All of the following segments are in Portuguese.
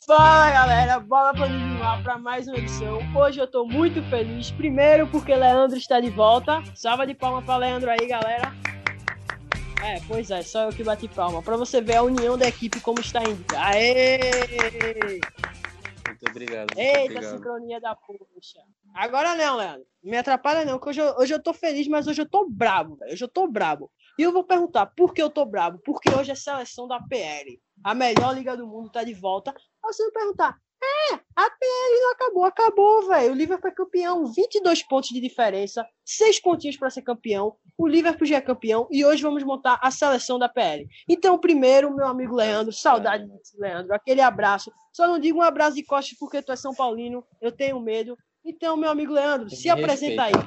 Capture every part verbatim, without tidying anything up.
Fala galera, bola pra lá para mais uma edição. Hoje eu tô muito feliz, primeiro porque Leandro está de volta. Salva de palma pra Leandro aí, galera. É, pois é, só eu que bati palma. Pra você ver a união da equipe como está indo. Aê! Muito obrigado. Muito Eita, obrigado. Sincronia da poxa. Agora não, Leandro. Não me atrapalha não, que hoje eu, hoje eu tô feliz, mas hoje eu tô brabo, velho. Hoje eu tô brabo. E eu vou perguntar, por que eu tô brabo? Porque hoje é seleção da P L. A melhor liga do mundo tá de volta. Aí você vai perguntar, é, a P L não acabou. Acabou, velho. O Liverpool é campeão. vinte e dois pontos de diferença. seis pontinhos para ser campeão. O Liverpool já é campeão. E hoje vamos montar a seleção da P L. Então, primeiro, meu amigo Leandro, saudade desse Leandro. Aquele abraço. Só não digo um abraço de costas porque tu é São Paulino. Eu tenho medo. Então, meu amigo Leandro, se apresenta aí.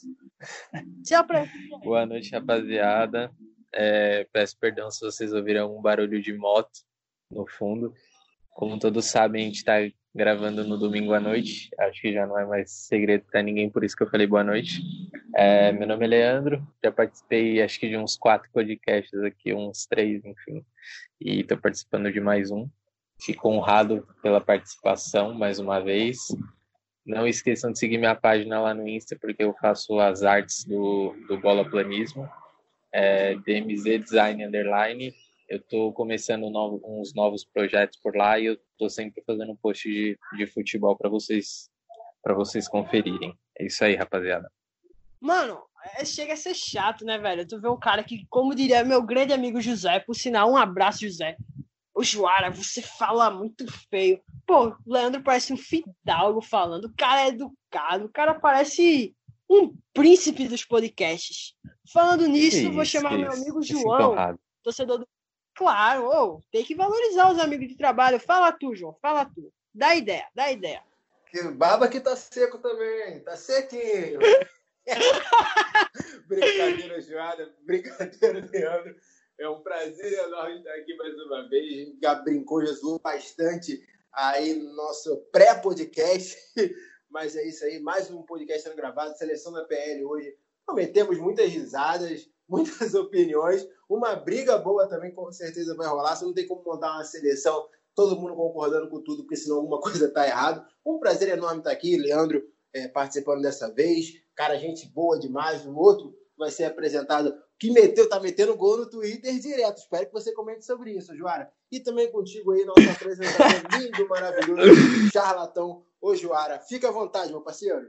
Se apresenta aí. Boa noite, rapaziada. É, peço perdão se vocês ouviram algum barulho de moto no fundo. Como todos sabem, a gente está gravando no domingo à noite. Acho que já não é mais segredo para ninguém, por isso que eu falei boa noite. É, meu nome é Leandro. Já participei, acho que de uns quatro podcasts aqui, uns três, enfim. E estou participando de mais um. Fico honrado pela participação mais uma vez. Não esqueçam de seguir minha página lá no Insta, porque eu faço as artes do, do Bola Planismo, é, D M Z Design Underline. Eu estou começando novo, uns novos projetos por lá e eu estou sempre fazendo um post de, de futebol para vocês, para vocês conferirem. É isso aí, rapaziada. Mano, é, chega a ser chato, né, velho? Tu vê um cara que, como diria meu grande amigo José, por sinal, um abraço, José. Ô, Joara, você fala muito feio. Pô, o Leandro parece um fidalgo falando. O cara é educado. O cara parece um príncipe dos podcasts. Falando nisso, Que vou isso, chamar que meu isso. amigo Me sinto João, honrado. torcedor do... Claro, ô, tem que valorizar os amigos de trabalho. Fala tu, João, fala tu. Dá ideia, dá ideia. Que baba que tá seco também. Tá sequinho. Brincadeira, Joara. Brincadeira, Leandro. É um prazer enorme estar aqui mais uma vez. A gente já brincou, já zoou bastante aí no nosso pré-podcast. Mas é isso aí, mais um podcast sendo gravado, Seleção da P L hoje. Prometemos muitas risadas, muitas opiniões. Uma briga boa também, com certeza vai rolar. Você não tem como montar uma seleção, todo mundo concordando com tudo, porque senão alguma coisa está errada. Um prazer enorme estar aqui, Leandro, é, participando dessa vez. Cara, gente boa demais. O outro vai ser apresentado, que meteu, tá metendo gol no Twitter direto. Espero que você comente sobre isso, Joara. E também contigo aí, nosso apresentador lindo, maravilhoso, charlatão, ô Joara. Fica à vontade, meu parceiro.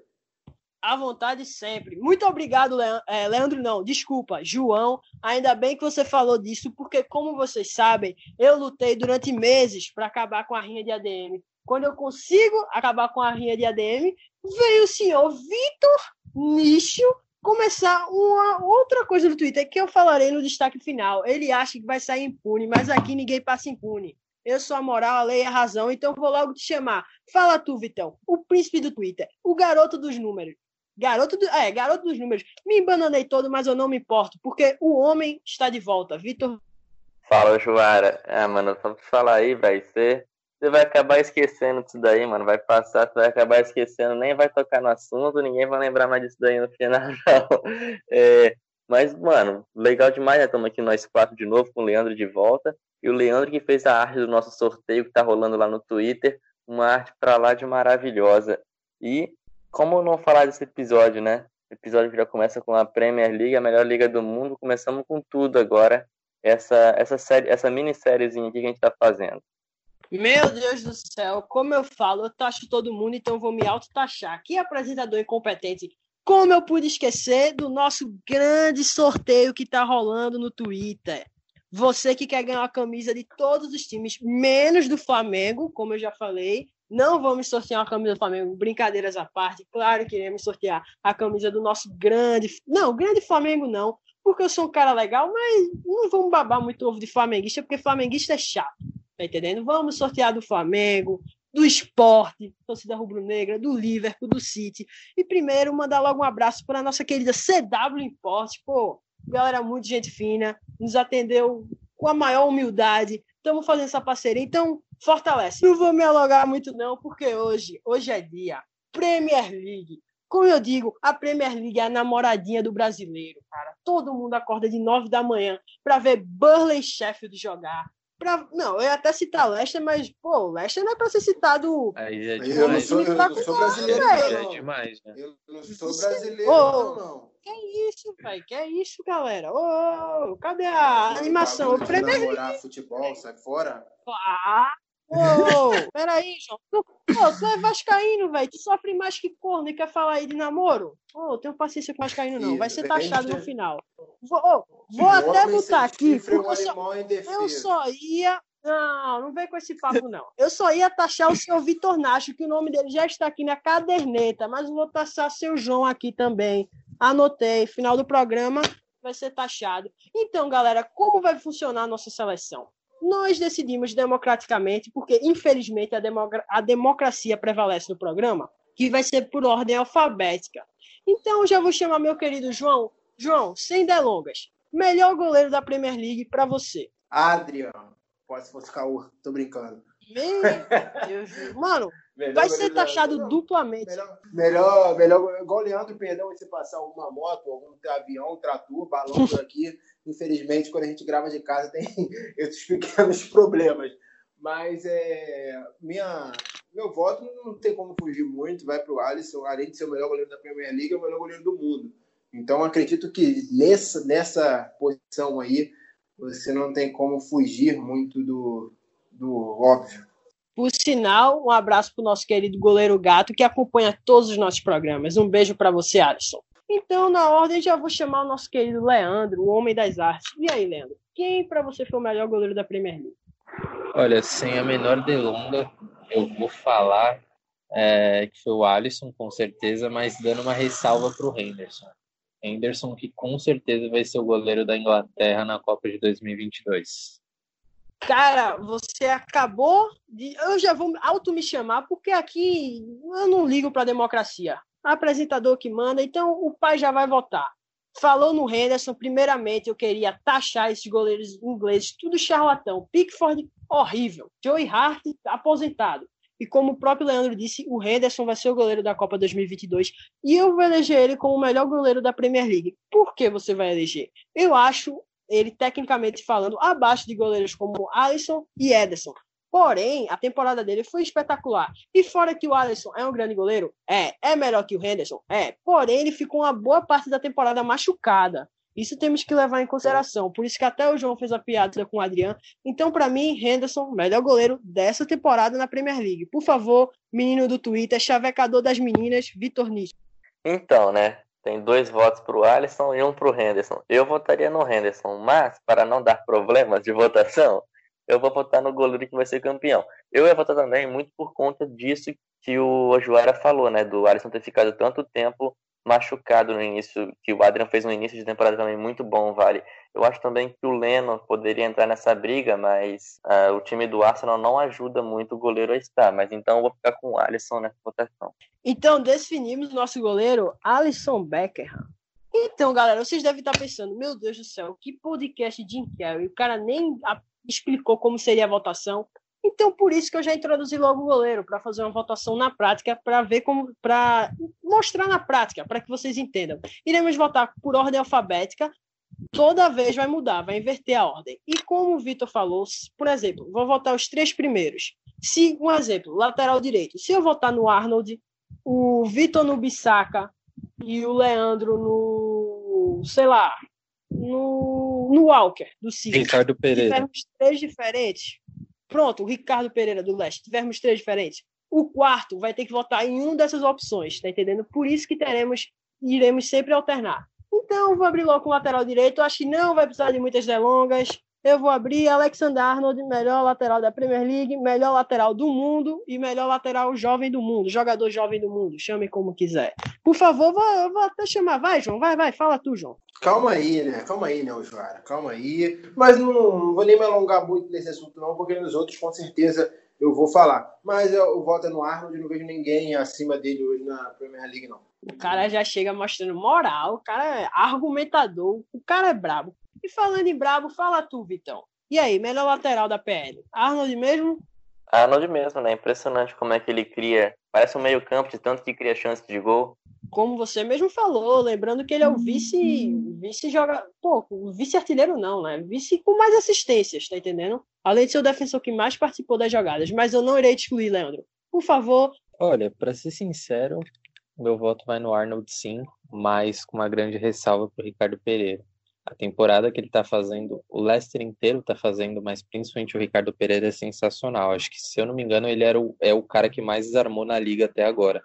À vontade sempre. Muito obrigado, Leandro. É, Leandro não, desculpa, João. Ainda bem que você falou disso, porque como vocês sabem, eu lutei durante meses para acabar com a rinha de A D M. Quando eu consigo acabar com a rinha de A D M, veio o senhor Vitor Nicho começar uma outra coisa no Twitter, que eu falarei no destaque final. Ele acha que vai sair impune, mas aqui ninguém passa impune. Eu sou a moral, a lei e a razão, então vou logo te chamar. Fala tu, Vitão, o príncipe do Twitter, o garoto dos números. Garoto, do, é, garoto dos números. Me embananei todo, mas eu não me importo, porque o homem está de volta. Vitor. Fala, Joara. Ah, mano, só pra falar aí, velho, você... Você vai acabar esquecendo disso daí, mano. Vai passar, você vai acabar esquecendo, nem vai tocar no assunto, ninguém vai lembrar mais disso daí no final, não. É, mas, mano, legal demais, né? Estamos aqui nós quatro de novo, com o Leandro de volta. E o Leandro que fez a arte do nosso sorteio, que tá rolando lá no Twitter. Uma arte pra lá de maravilhosa. E, como não falar desse episódio, né? O episódio que já começa com a Premier League, a melhor liga do mundo. Começamos com tudo agora. Essa, essa, série, essa minissériezinha aqui que a gente tá fazendo. Meu Deus do céu, como eu falo, eu taxo todo mundo, então vou me autotaxar. Que apresentador incompetente. Como eu pude esquecer do nosso grande sorteio que tá rolando no Twitter. Você que quer ganhar a camisa de todos os times, menos do Flamengo, como eu já falei, não vamos sortear a camisa do Flamengo, brincadeiras à parte. Claro que iremos sortear a camisa do nosso grande... Não, grande Flamengo não, porque eu sou um cara legal, mas não vamos babar muito ovo de flamenguista, porque flamenguista é chato. Tá entendendo? Vamos sortear do Flamengo, do Sport, torcida rubro-negra, do Liverpool, do City. E primeiro, mandar logo um abraço para a nossa querida C W Import. Pô, galera, muito gente fina, nos atendeu com a maior humildade. Estamos fazendo essa parceria, então fortalece. Não vou me alongar muito não, porque hoje, hoje é dia Premier League. Como eu digo, a Premier League é a namoradinha do brasileiro, cara. Todo mundo acorda de nove da manhã para ver Burnley e Sheffield jogar. Pra... Não, eu ia até citar Leicester, mas, pô, o Leicester não é pra ser citado. Aí já é Mas eu não demais. sou, eu não sou brasileiro, Já é não. demais, né? Eu não sou Você- brasileiro, Ô, não, não. Que isso, velho? Que isso, galera? Ô, ô, cadê a animação? O Bagulho de Premier namorar futebol, sai fora. Ah, ô, peraí, João. Tu, pô, tu é vascaíno, velho. Tu sofre mais que corno e quer falar aí de namoro? Ô, tenho paciência com vascaíno, não. Vai ser taxado no final. Vou, ô, vou até botar aqui, porque eu só, eu só ia... Não, não vem com esse papo, não. Eu só ia taxar o senhor Vitor Nacho, que o nome dele já está aqui na caderneta, mas vou taxar seu João aqui também. Anotei. Final do programa vai ser taxado. Então, galera, como vai funcionar a nossa seleção? Nós decidimos democraticamente, porque, infelizmente, a, democra- a democracia prevalece no programa, que vai ser por ordem alfabética. Então, eu já vou chamar meu querido João. João, sem delongas, melhor goleiro da Premier League para você. Adriano. Pode se fosse caô, tô brincando. Meu Deus, mano, Melhor vai ser goleiro da- taxado não, duplamente. Melhor, melhor, melhor, igual o Leandro, perdão, se passar alguma moto, algum avião, trator, balão por aqui. Infelizmente, quando a gente grava de casa, tem esses pequenos problemas. Mas é, minha, meu voto não tem como fugir muito, vai para o Alisson, além de ser o melhor goleiro da Premier League, é o melhor goleiro do mundo. Então, acredito que nessa, nessa posição aí, você não tem como fugir muito do, do óbvio. Por sinal, um abraço pro nosso querido goleiro Gato, que acompanha todos os nossos programas. Um beijo para você, Alisson. Então, na ordem, já vou chamar o nosso querido Leandro, o homem das artes. E aí, Leandro, quem para você foi o melhor goleiro da Premier League? Olha, sem a menor delonga, eu vou falar é, que foi o Alisson, com certeza, mas dando uma ressalva para o Henderson. Henderson, que com certeza vai ser o goleiro da Inglaterra na Copa de dois mil e vinte e dois. Cara, você acabou de... Eu já vou auto me chamar, porque aqui eu não ligo para democracia. Apresentador que manda, então o pai já vai votar. Falou no Henderson, primeiramente eu queria taxar esses goleiros ingleses, tudo charlatão. Pickford, horrível. Joey Hart, aposentado. E como o próprio Leandro disse, o Henderson vai ser o goleiro da Copa dois mil e vinte e dois. E eu vou eleger ele como o melhor goleiro da Premier League. Por que você vai eleger? Eu acho ele, tecnicamente falando, abaixo de goleiros como Alisson e Ederson. Porém, a temporada dele foi espetacular. E fora que o Alisson é um grande goleiro, é, é melhor que o Henderson, é. Porém, ele ficou uma boa parte da temporada machucada. Isso temos que levar em consideração. Por isso que até o João fez a piada com o Adriano. Então, para mim, Henderson, melhor goleiro dessa temporada na Premier League. Por favor, menino do Twitter, chavecador das meninas, Vitor Nietzsche. Então, né? Tem dois votos pro Alisson e um pro Henderson. Eu votaria no Henderson, mas, para não dar problemas de votação, eu vou votar no goleiro que vai ser campeão. Eu ia votar também muito por conta disso que o Ojuara falou, né? Do Alisson ter ficado tanto tempo machucado no início, que o Adrian fez um início de temporada também muito bom, vale. Eu acho também que o Leno poderia entrar nessa briga, mas uh, o time do Arsenal não ajuda muito o goleiro a estar. Mas então eu vou ficar com o Alisson nessa votação. Então, definimos o nosso goleiro, Alisson Becker. Então, galera, vocês devem estar pensando, meu Deus do céu, que podcast de Jim Carrey, o cara nem explicou como seria a votação. Então, por isso que eu já introduzi logo o goleiro, para fazer uma votação na prática, para ver como, para mostrar na prática, para que vocês entendam. Iremos votar por ordem alfabética, toda vez vai mudar, vai inverter a ordem. E como o Vitor falou, por exemplo, vou votar os três primeiros. Se, um exemplo, lateral direito, se eu votar no Arnold, o Vitor no Bissaka e o Leandro no, sei lá, no, no Walker, do City. Ricardo Pereira. Tivermos três diferentes. Pronto, o Ricardo Pereira do Leste. Tivermos três diferentes. O quarto vai ter que votar em uma dessas opções, tá entendendo? Por isso que teremos, iremos sempre alternar. Então, vou abrir logo com o lateral direito. Acho que não vai precisar de muitas delongas. Eu vou abrir Alexander-Arnold, melhor lateral da Premier League, melhor lateral do mundo e melhor lateral jovem do mundo, jogador jovem do mundo, chame como quiser. Por favor, vou, vou até chamar. Vai, João, vai, vai, fala tu, João. Calma aí, né? Calma aí, né, Joara? Calma aí. Mas não, não vou nem me alongar muito nesse assunto, não, porque nos outros, com certeza, eu vou falar. Mas eu, eu voto no Arnold e não vejo ninguém acima dele hoje na Premier League, não. O cara já chega mostrando moral, o cara é argumentador, o cara é brabo. E falando em brabo, fala tu, Vitão. E aí, melhor lateral da P L? Arnold mesmo? Arnold mesmo, né? Impressionante como é que ele cria. Parece um meio campo de tanto que cria chance de gol. Como você mesmo falou, lembrando que ele é o vice, vice joga, pô, o vice artilheiro não, né? Vice com mais assistências, tá entendendo? além de ser o defensor que mais participou das jogadas, mas eu não irei te excluir, Leandro. Por favor. Olha, para ser sincero, meu voto vai no Arnold sim, mas com uma grande ressalva para o Ricardo Pereira. A temporada que ele está fazendo, o Leicester inteiro está fazendo, mas principalmente o Ricardo Pereira é sensacional. Acho que, se eu não me engano, ele era o, é o cara que mais desarmou na liga até agora.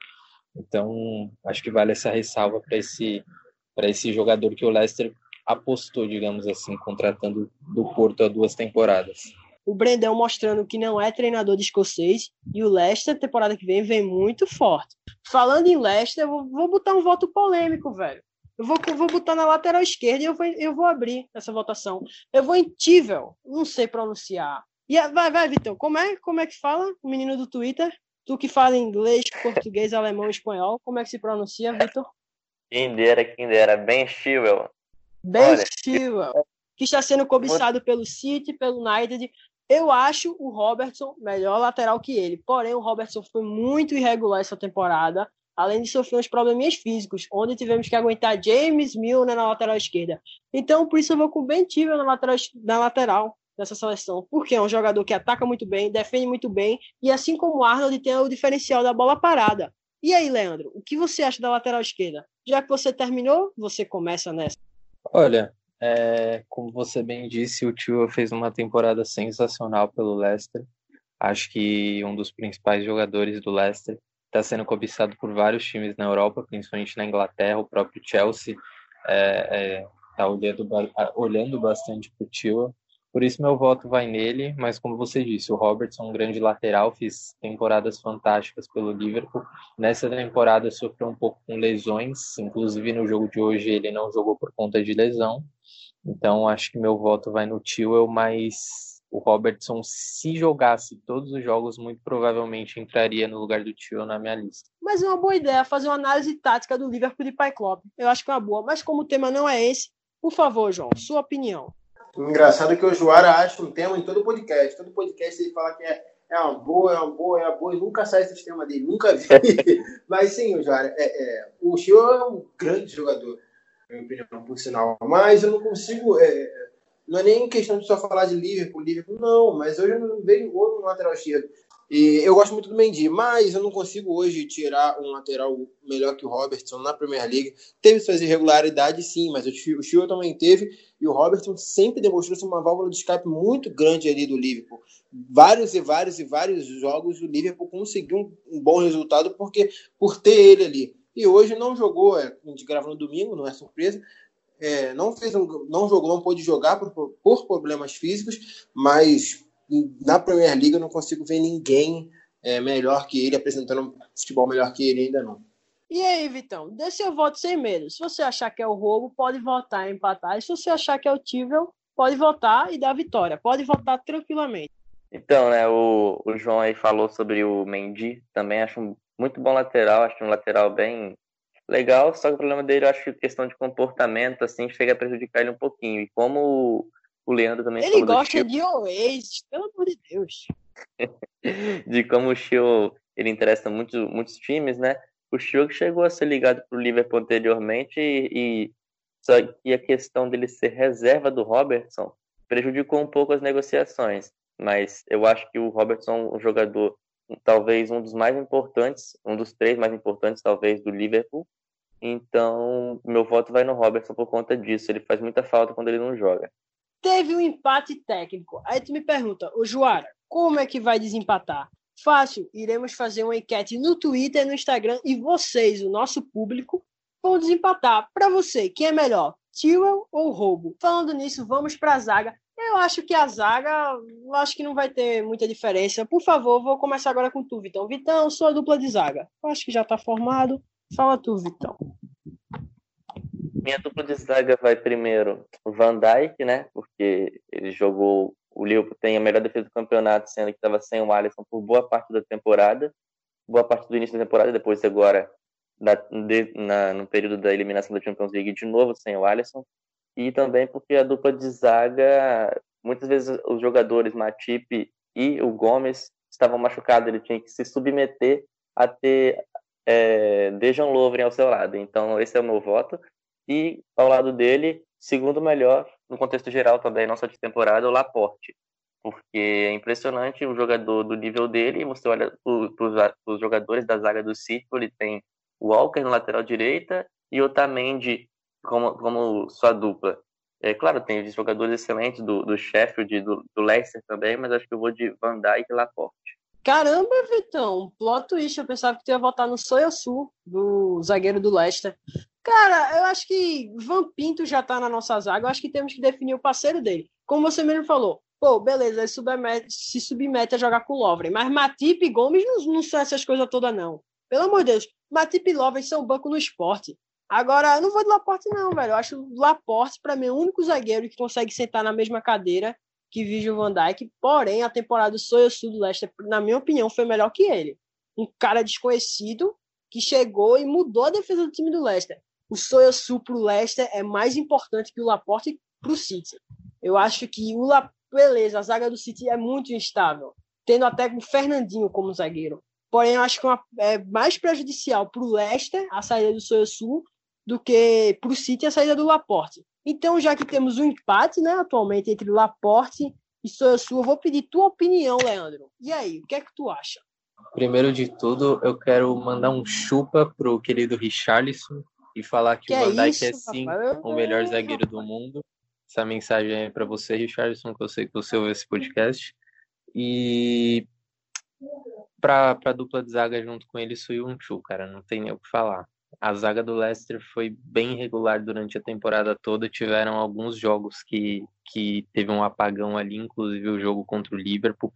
Então, acho que vale essa ressalva para esse, para esse jogador que o Leicester apostou, digamos assim, contratando do Porto há duas temporadas. O Brendão mostrando que não é treinador de escocês, e o Leicester, temporada que vem, vem muito forte. Falando em Leicester, eu vou, vou botar um voto polêmico, velho. Eu vou, eu vou botar na lateral esquerda e eu vou, eu vou abrir essa votação. Eu vou em Tível, não sei pronunciar. E, vai, vai, Vitor, como é, como é que fala o menino do Twitter? Tu que fala inglês, português, alemão e espanhol, como é que se pronuncia, Vitor? Quem dera, quem dera, Ben Chilwell. Ben Chilwell, que está sendo cobiçado pelo City, pelo United. Eu acho o Robertson melhor lateral que ele. Porém, o Robertson foi muito irregular essa temporada, além de sofrer uns probleminhas físicos, onde tivemos que aguentar James Milner na lateral esquerda. Então, por isso eu vou com o Ben Chilwell na lateral, na lateral dessa seleção, porque é um jogador que ataca muito bem, defende muito bem, e assim como o Arnold tem o diferencial da bola parada. E aí, Leandro, o que você acha da lateral esquerda? Já que você terminou, você começa nessa. Olha, é, como você bem disse, o Tio fez uma temporada sensacional pelo Leicester. Acho que um dos principais jogadores do Leicester está sendo cobiçado por vários times na Europa, principalmente na Inglaterra. O próprio Chelsea está é, é, olhando, olhando bastante para o Tio. Por isso meu voto vai nele, mas como você disse, o Robertson é um grande lateral, fez temporadas fantásticas pelo Liverpool. Nessa temporada sofreu um pouco com lesões, inclusive no jogo de hoje ele não jogou por conta de lesão. Então acho que meu voto vai no Chilwell, mas o Robertson, se jogasse todos os jogos, muito provavelmente entraria no lugar do Chilwell na minha lista. Mas é uma boa ideia fazer uma análise tática do Liverpool de Pai Klopp. Eu acho que é uma boa, mas como o tema não é esse, por favor, João, sua opinião. Engraçado que o Joara acha um tema em todo podcast. Todo podcast ele fala que é, é uma boa, é uma boa, é uma boa, e nunca sai esse tema dele, nunca vi. Mas sim, o Joara, é, é, o Chio é um grande jogador, na minha opinião, por sinal. Mas eu não consigo, é, não é nem questão de só falar de Liverpool, Liverpool, não, mas hoje eu não vejo outro no lateral esquerdo. E eu gosto muito do Mendy, mas eu não consigo hoje tirar um lateral melhor que o Robertson na Premier League. Teve suas irregularidades, sim, mas o Chilwell também teve, e o Robertson sempre demonstrou-se uma válvula de escape muito grande ali do Liverpool. Vários e vários e vários jogos o Liverpool conseguiu um, um bom resultado porque, por ter ele ali. E hoje não jogou, é, a gente grava no domingo, não é surpresa, é, não, fez um, não jogou, não pôde jogar por, por problemas físicos, mas na Premier League eu não consigo ver ninguém é, melhor que ele, apresentando futebol melhor que ele ainda não. E aí, Vitão, dê seu voto sem medo. Se você achar que é o roubo, pode votar e empatar. E se você achar que é o Tível, pode votar e dar vitória. Pode votar tranquilamente. Então, né, o, o João aí falou sobre o Mendy, também acho um muito bom lateral, acho um lateral bem legal, só que o problema dele, eu acho que questão de comportamento, assim, chega a prejudicar ele um pouquinho. E como o Leandro também ele falou do gosta Chio, de Oasis, pelo amor de Deus. de como o Chio, ele interessa muito, muitos times, né? O Chio chegou a ser ligado para o Liverpool anteriormente e, e, só, e a questão dele ser reserva do Robertson prejudicou um pouco as negociações. Mas eu acho que o Robertson é um jogador, talvez um dos mais importantes, um dos três mais importantes, talvez, do Liverpool. Então, meu voto vai no Robertson por conta disso. Ele faz muita falta quando ele não joga. Teve um empate técnico. Aí tu me pergunta, ô Joara, como é que vai desempatar? Fácil, iremos fazer uma enquete no Twitter e no Instagram e vocês, o nosso público, vão desempatar. Para você, quem é melhor, Chilwell ou Roubo? Falando nisso, vamos para a zaga. Eu acho que a zaga, eu acho que não vai ter muita diferença. Por favor, vou começar agora com tu, Vitão. Vitão, sua dupla de zaga. Eu acho que já está formado. Fala tu, Vitão. Minha dupla de zaga vai primeiro o Van Dijk, né? Porque ele jogou, o Liverpool tem a melhor defesa do campeonato, sendo que estava sem o Alisson por boa parte da temporada, boa parte do início da temporada, depois agora na, de, na, no período da eliminação da Champions League de novo sem o Alisson, e também porque a dupla de zaga, muitas vezes os jogadores Matip e o Gomes estavam machucados, ele tinha que se submeter a ter é, Dejan Lovren ao seu lado. Então esse é o meu voto. E ao lado dele, segundo melhor, no contexto geral também, não só de temporada, o Laporte. porque é impressionante o jogador do nível dele, e você olha para os jogadores da zaga do City, ele tem o Walker na lateral direita e o Otamendi como, como sua dupla. É claro, tem jogadores excelentes do, do Sheffield e do, do Leicester também, mas acho que eu vou de Van Dijk e Laporte. Caramba, Vitão, plot twist, eu pensava que tu ia votar no Soyuncu, do zagueiro do Leicester. Cara, eu acho que Van Pinto já tá na nossa zaga, eu acho que temos que definir o parceiro dele. Como você mesmo falou, pô, beleza, ele submete, se submete a jogar com o Lovren, mas Matip e Gomes não, não são essas coisas todas, não. Pelo amor de Deus, Matip e Lovren são banco no esporte. Agora, eu não vou de Laporte, não, velho. Eu acho o Laporte, pra mim, o único zagueiro que consegue sentar na mesma cadeira que Virgil van Dijk, porém, a temporada do Soyuncu do Leicester, na minha opinião, foi melhor que ele. Um cara desconhecido que chegou e mudou a defesa do time do Leicester. O Soyuncu pro Leicester é mais importante que o Laporte pro City. Eu acho que o La... beleza, a zaga do City é muito instável, tendo até o Fernandinho como zagueiro. Porém, eu acho que uma... é mais prejudicial pro Leicester a saída do Soyuncu do que pro City a saída do Laporte. Então, já que temos um empate, né, atualmente entre Laporte e Soyuncu, eu vou pedir tua opinião, Leandro. E aí, o que é que tu acha? Primeiro de tudo, eu quero mandar um chupa pro querido Richarlison e falar que, que o Van Dijk isso, é sim rapaz? o melhor zagueiro do mundo. Essa mensagem é para você, Richarlison, que eu sei que você ouve esse podcast. E para a dupla de zaga junto com ele, Soyuncu, cara, não tem nem o que falar. A zaga do Leicester foi bem regular durante a temporada toda. Tiveram alguns jogos que, que teve um apagão ali, inclusive o jogo contra o Liverpool.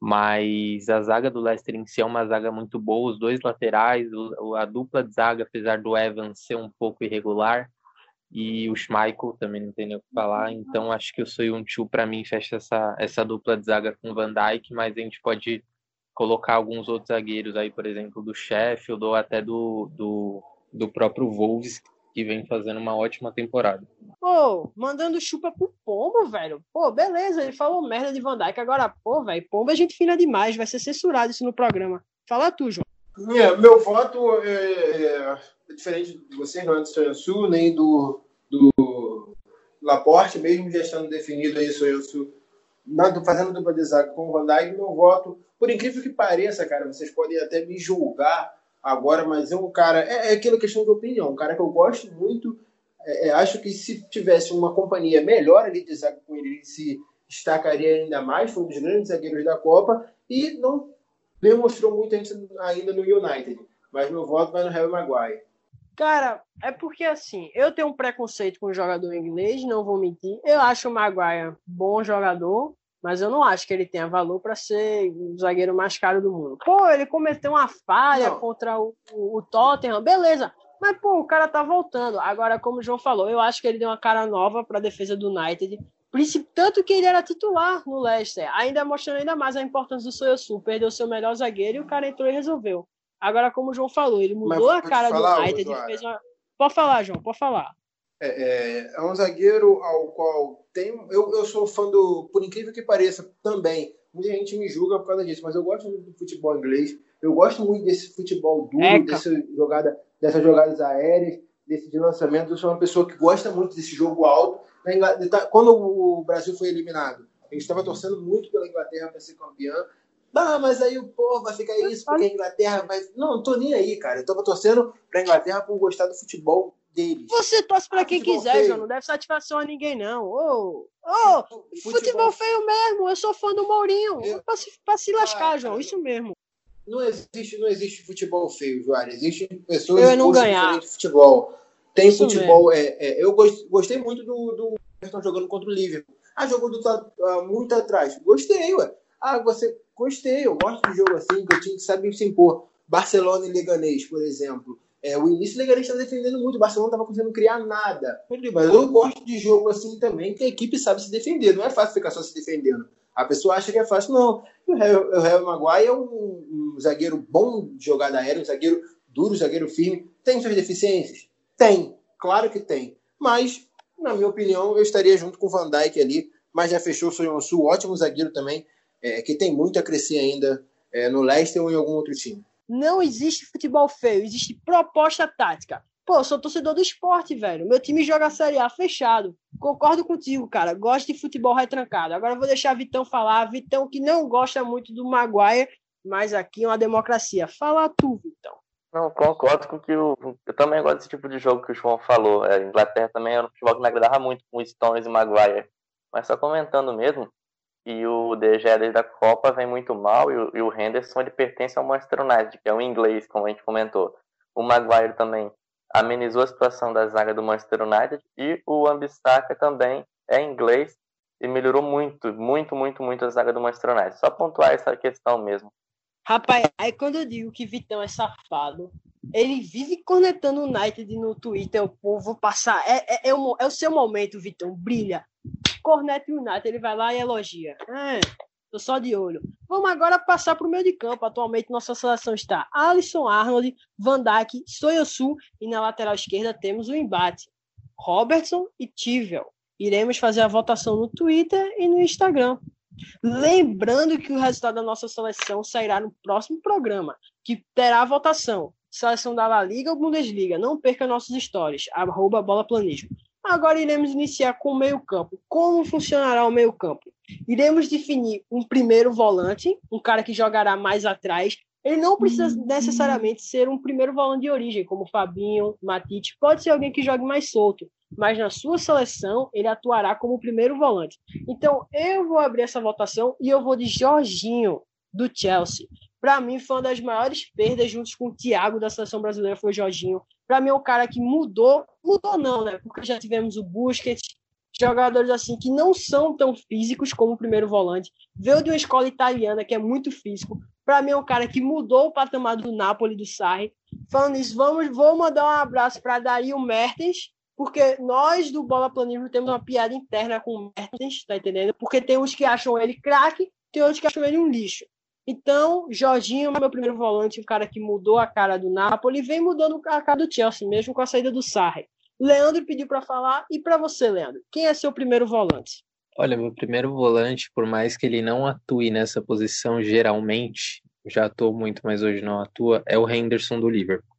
Mas a zaga do Leicester em si é uma zaga muito boa. Os dois laterais, o, a dupla de zaga, apesar do Evans ser um pouco irregular, e o Schmeichel também não tem nem o que falar. Então acho que o Soyuncu, para mim, fecha essa, essa dupla de zaga com o Van Dijk, mas a gente pode colocar alguns outros zagueiros aí, por exemplo, do Sheffield ou até do... do do próprio Wolves, que vem fazendo uma ótima temporada. Pô, mandando chupa pro Pombo, velho. Pô, beleza, ele falou merda de Van Dijk. Agora, pô, velho, Pombo é gente fina demais, vai ser censurado isso no programa. Fala tu, João. É, meu voto é, é diferente de vocês, não é do Soyuncu, nem do, do Laporte, mesmo já estando definido aí Soyuncu fazendo dupla de zaga com o Van Dijk. Meu voto, por incrível que pareça, cara, vocês podem até me julgar agora, mas é um cara, é, é aquela questão de opinião, um cara que eu gosto muito, é, é, acho que se tivesse uma companhia melhor ali de zaga com ele, ele se destacaria ainda mais, foi um dos grandes zagueiros da Copa, e não demonstrou muito ainda no United, mas meu voto vai no Harry Maguire. Cara, é porque assim, eu tenho um preconceito com o jogador inglês, não vou mentir, eu acho o Maguire bom jogador, mas eu não acho que ele tenha valor para ser o zagueiro mais caro do mundo. Pô, ele cometeu uma falha não. contra o, o, o Tottenham, beleza. Mas, pô, o cara tá voltando. Agora, como o João falou, eu acho que ele deu uma cara nova para a defesa do United. Tanto que ele era titular no Leicester. Ainda mostrando ainda mais a importância do Soyuncu. Perdeu seu melhor zagueiro e o cara entrou e resolveu. Agora, como o João falou, ele mudou a cara falar, do United. Fez uma... Pode falar, João, pode falar. É, é, é um zagueiro ao qual tem. Eu, eu sou fã do. Por incrível que pareça, também. Muita gente me julga por causa disso, mas eu gosto muito do futebol inglês. Eu gosto muito desse futebol duro, desse jogada, dessas jogadas aéreas, desse de lançamento. Eu sou uma pessoa que gosta muito desse jogo alto. Quando o Brasil foi eliminado, a gente estava torcendo muito pela Inglaterra para ser campeã. Ah, mas aí o povo vai ficar isso, porque a Inglaterra vai. Não, não tô nem aí, cara. Eu tava torcendo pra Inglaterra por gostar do futebol deles. Você torce pra ah, quem quiser, feio. João. Não deve satisfação a ninguém, não. Ô, oh, oh, futebol... futebol feio mesmo. Eu sou fã do Mourinho. Eu... Pra, se, pra se lascar, ah, João. Cara, isso mesmo. Não existe, não existe futebol feio, João. Existem pessoas eu não ganhar. de futebol. Tem isso futebol. É, é, eu gostei muito do, do Everton jogando contra o Liverpool. Ah, jogou do, uh, muito atrás. Gostei, ué. Ah, você. Gostei, eu gosto de jogo assim, que o time sabe se impor. Barcelona e Leganés, por exemplo. É, o início do Leganés estava defendendo muito, o Barcelona não estava conseguindo criar nada. Mas eu gosto de jogo assim também, que a equipe sabe se defender. Não é fácil ficar só se defendendo. A pessoa acha que é fácil, não. O Harry Maguire é um, um zagueiro bom de jogada aérea, um zagueiro duro, um zagueiro firme. Tem suas deficiências? Tem, claro que tem. Mas, na minha opinião, eu estaria junto com o Van Dijk ali, mas já fechou o Soyuncu, ótimo zagueiro também. É, que tem muito a crescer ainda é, no Leicester ou em algum outro time. Não existe futebol feio, existe proposta tática. Pô, eu sou torcedor do Sport, velho. Meu time joga a Série A fechado. Concordo contigo, cara. Gosto de futebol retrancado. Agora eu vou deixar Vitão falar. Vitão que não gosta muito do Maguire, mas aqui é uma democracia. Fala tu, Vitão. Não, concordo com o que o... Eu também gosto desse tipo de jogo que o João falou. A Inglaterra também era um futebol que me agradava muito com Stones e Maguire. Mas só comentando mesmo, que o De Gea desde a Copa vem muito mal, e o, e o Henderson ele pertence ao Manchester United, que é um inglês, como a gente comentou. O Maguire também amenizou a situação da zaga do Manchester United, e o Wan-Bissaka também é inglês e melhorou muito, muito, muito, muito a zaga do Manchester United. Só pontuar essa questão mesmo. Rapaz, aí quando eu digo que Vitão é safado, ele vive cornetando o United no Twitter, o povo passar. É, é, é, o, é o seu momento, Vitão, brilha. Corneta o United, ele vai lá e elogia. É, tô só de olho. Vamos agora passar pro meio de campo. Atualmente nossa seleção está Alisson, Arnold, Van Dijk, Soyuncu, e na lateral esquerda temos o embate Robertson e Tivel. Iremos fazer a votação no Twitter e no Instagram. Lembrando que o resultado da nossa seleção sairá no próximo programa, que terá a votação. Seleção da La Liga ou Bundesliga. Não perca nossos stories, arroba Bola Planismo. Agora iremos iniciar com o meio campo. Como funcionará o meio campo? Iremos definir um primeiro volante, um cara que jogará mais atrás. Ele não precisa necessariamente ser um primeiro volante de origem, como Fabinho, Matite. Pode ser alguém que jogue mais solto, mas na sua seleção ele atuará como primeiro volante. Então eu vou abrir essa votação e eu vou de Jorginho, do Chelsea. Para mim foi uma das maiores perdas juntos com o Thiago da seleção brasileira, foi o Jorginho. Para mim é um cara que mudou, mudou não, né? Porque já tivemos o Busquets, jogadores assim que não são tão físicos como o primeiro volante. Veio de uma escola italiana que é muito físico. Para mim é um cara que mudou o patamar do Napoli, do Sarri. Falando nisso, vamos, vou mandar um abraço para Dario Mertens, porque nós do Bola Planismo temos uma piada interna com o Mertens, tá entendendo? Porque tem uns que acham ele craque, tem outros que acham ele um lixo. Então, Jorginho é meu primeiro volante, um cara que mudou a cara do Napoli, vem mudando a cara do Chelsea, mesmo com a saída do Sarri. Leandro pediu para falar, e para você, Leandro, quem é seu primeiro volante? Olha, meu primeiro volante, por mais que ele não atue nessa posição geralmente, já atuou muito, mas hoje não atua, é o Henderson do Liverpool.